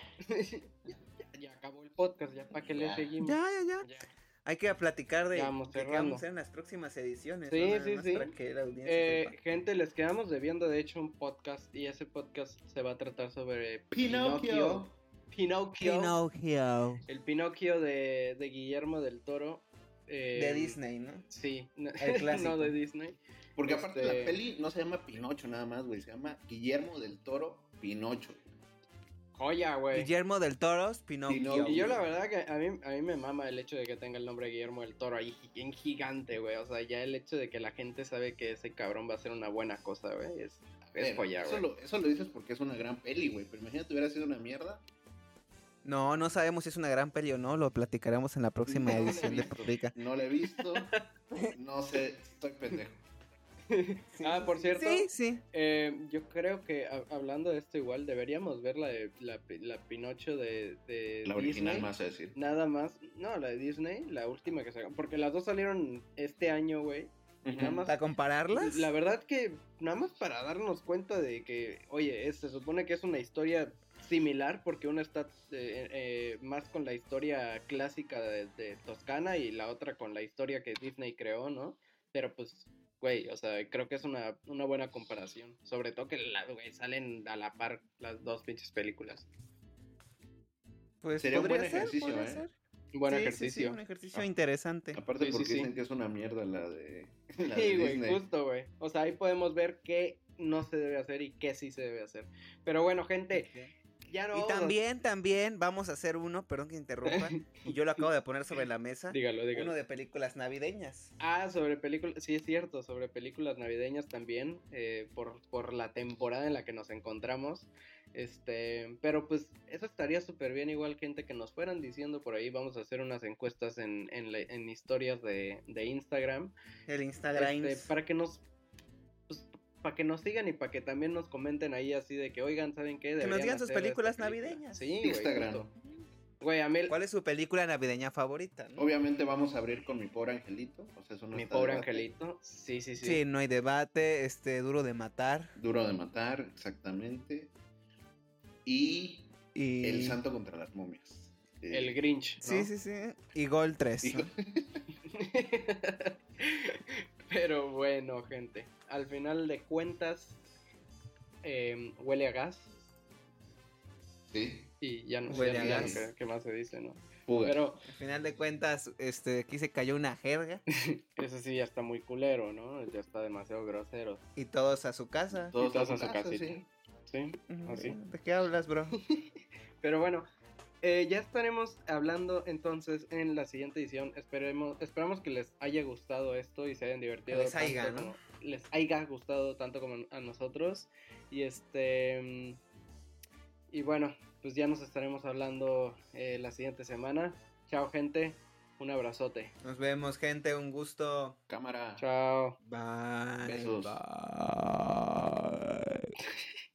ya acabó el podcast, ya para que le Ya. seguimos. Ya. Ya. Hay que platicar de Ya vamos qué cerrando. vamos a hacer en las próximas ediciones. Sí, ¿no? Nada sí, más sí. para que la audiencia sepa. Gente, les quedamos debiendo de hecho un podcast y ese podcast se va a tratar sobre Pinocchio. Pinocchio. El Pinocchio de Guillermo del Toro. De Disney, ¿no? Sí, El clásico. no de Disney. Porque aparte Este- la peli no se llama Pinocho nada más, güey. Se llama Guillermo del Toro Pinocho. Joya, güey. Guillermo del Toro, Pinocchio. Pinocchio. Y yo la verdad que a mí me mama el hecho de que tenga el nombre Guillermo del Toro ahí en gigante, güey. O sea, ya el hecho de que la gente sabe que ese cabrón va a ser una buena cosa, güey. Es joya, eso, güey. eso lo dices porque es una gran peli, güey. Pero imagínate hubiera sido una mierda. No sabemos si es una gran peli o no, lo platicaremos en la próxima No la he edición de visto. Publica. No la he visto. No sé, estoy pendejo. Por cierto, Sí. yo creo que hablando de esto igual deberíamos ver la Pinocho de La original Disney. más a decir. Nada más, no, la de Disney, la última que sacaron, porque las dos salieron este año, güey. Y nada más, ¿Para compararlas? la verdad que nada más para darnos cuenta de que, oye, se supone que es una historia similar porque una está más con la historia clásica de Toscana y la otra con la historia que Disney creó, ¿no? Pero pues, güey, o sea, creo que es una buena comparación. Sobre todo que güey, salen a la par las dos pinches películas. Pues Sería un podría buen ser, ejercicio, podría ¿eh? ser. Buen Sí, ejercicio. un ejercicio Ah. interesante. Aparte Sí, porque sí, sí. dicen que es una mierda la de, la de Sí, güey, Disney. justo, güey. O sea, ahí podemos ver qué no se debe hacer y qué sí se debe hacer. Pero bueno, gente, ya no Y vamos a- también vamos a hacer uno, perdón que interrumpa, y yo lo acabo de poner sobre la mesa, Dígalo. uno de películas navideñas. Sobre películas, sí es cierto, sobre películas navideñas también, por la temporada en la que nos encontramos. Pero pues eso estaría súper bien, igual gente que nos fueran diciendo por ahí, vamos a hacer unas encuestas en historias de Instagram, El Instagram. para que nos sigan y para que también nos comenten ahí así de que, oigan, ¿saben qué? Que nos Deberían digan sus hacer esta películas película. navideñas. Sí, güey, Instagram. justo. Güey, a mí ¿Cuál es su película navideña favorita? ¿No? Obviamente vamos a abrir con Mi Pobre Angelito. O sea, eso no mi está pobre debate. angelito, sí. Sí, no hay debate, Duro de Matar Duro de Matar, exactamente. Y y... El Santo contra las Momias. El Grinch, ¿no? Sí. Y Gol 3. Hijo- Pero bueno, gente, al final de cuentas, huele a gas Sí, y ya no Huele a ya gas. no qué más se dice, ¿no? fuga. Pero Al final de cuentas, aquí se cayó una jerga eso sí ya está muy culero, ¿no? Ya está demasiado grosero. y todos a su casa. Todos todos a a su su casa, casita. sí. Sí, así. ¿De qué hablas, bro? Pero bueno, ya estaremos hablando entonces en la siguiente edición. Esperamos que les haya gustado esto y se hayan divertido. Les haya, tanto ¿no? como- les haya gustado tanto como a nosotros. Y y bueno, pues ya nos estaremos hablando la siguiente semana. Chao, gente. Un abrazote. Nos vemos, gente. Un gusto. Cámara. Chao. Bye. Besos. Bye.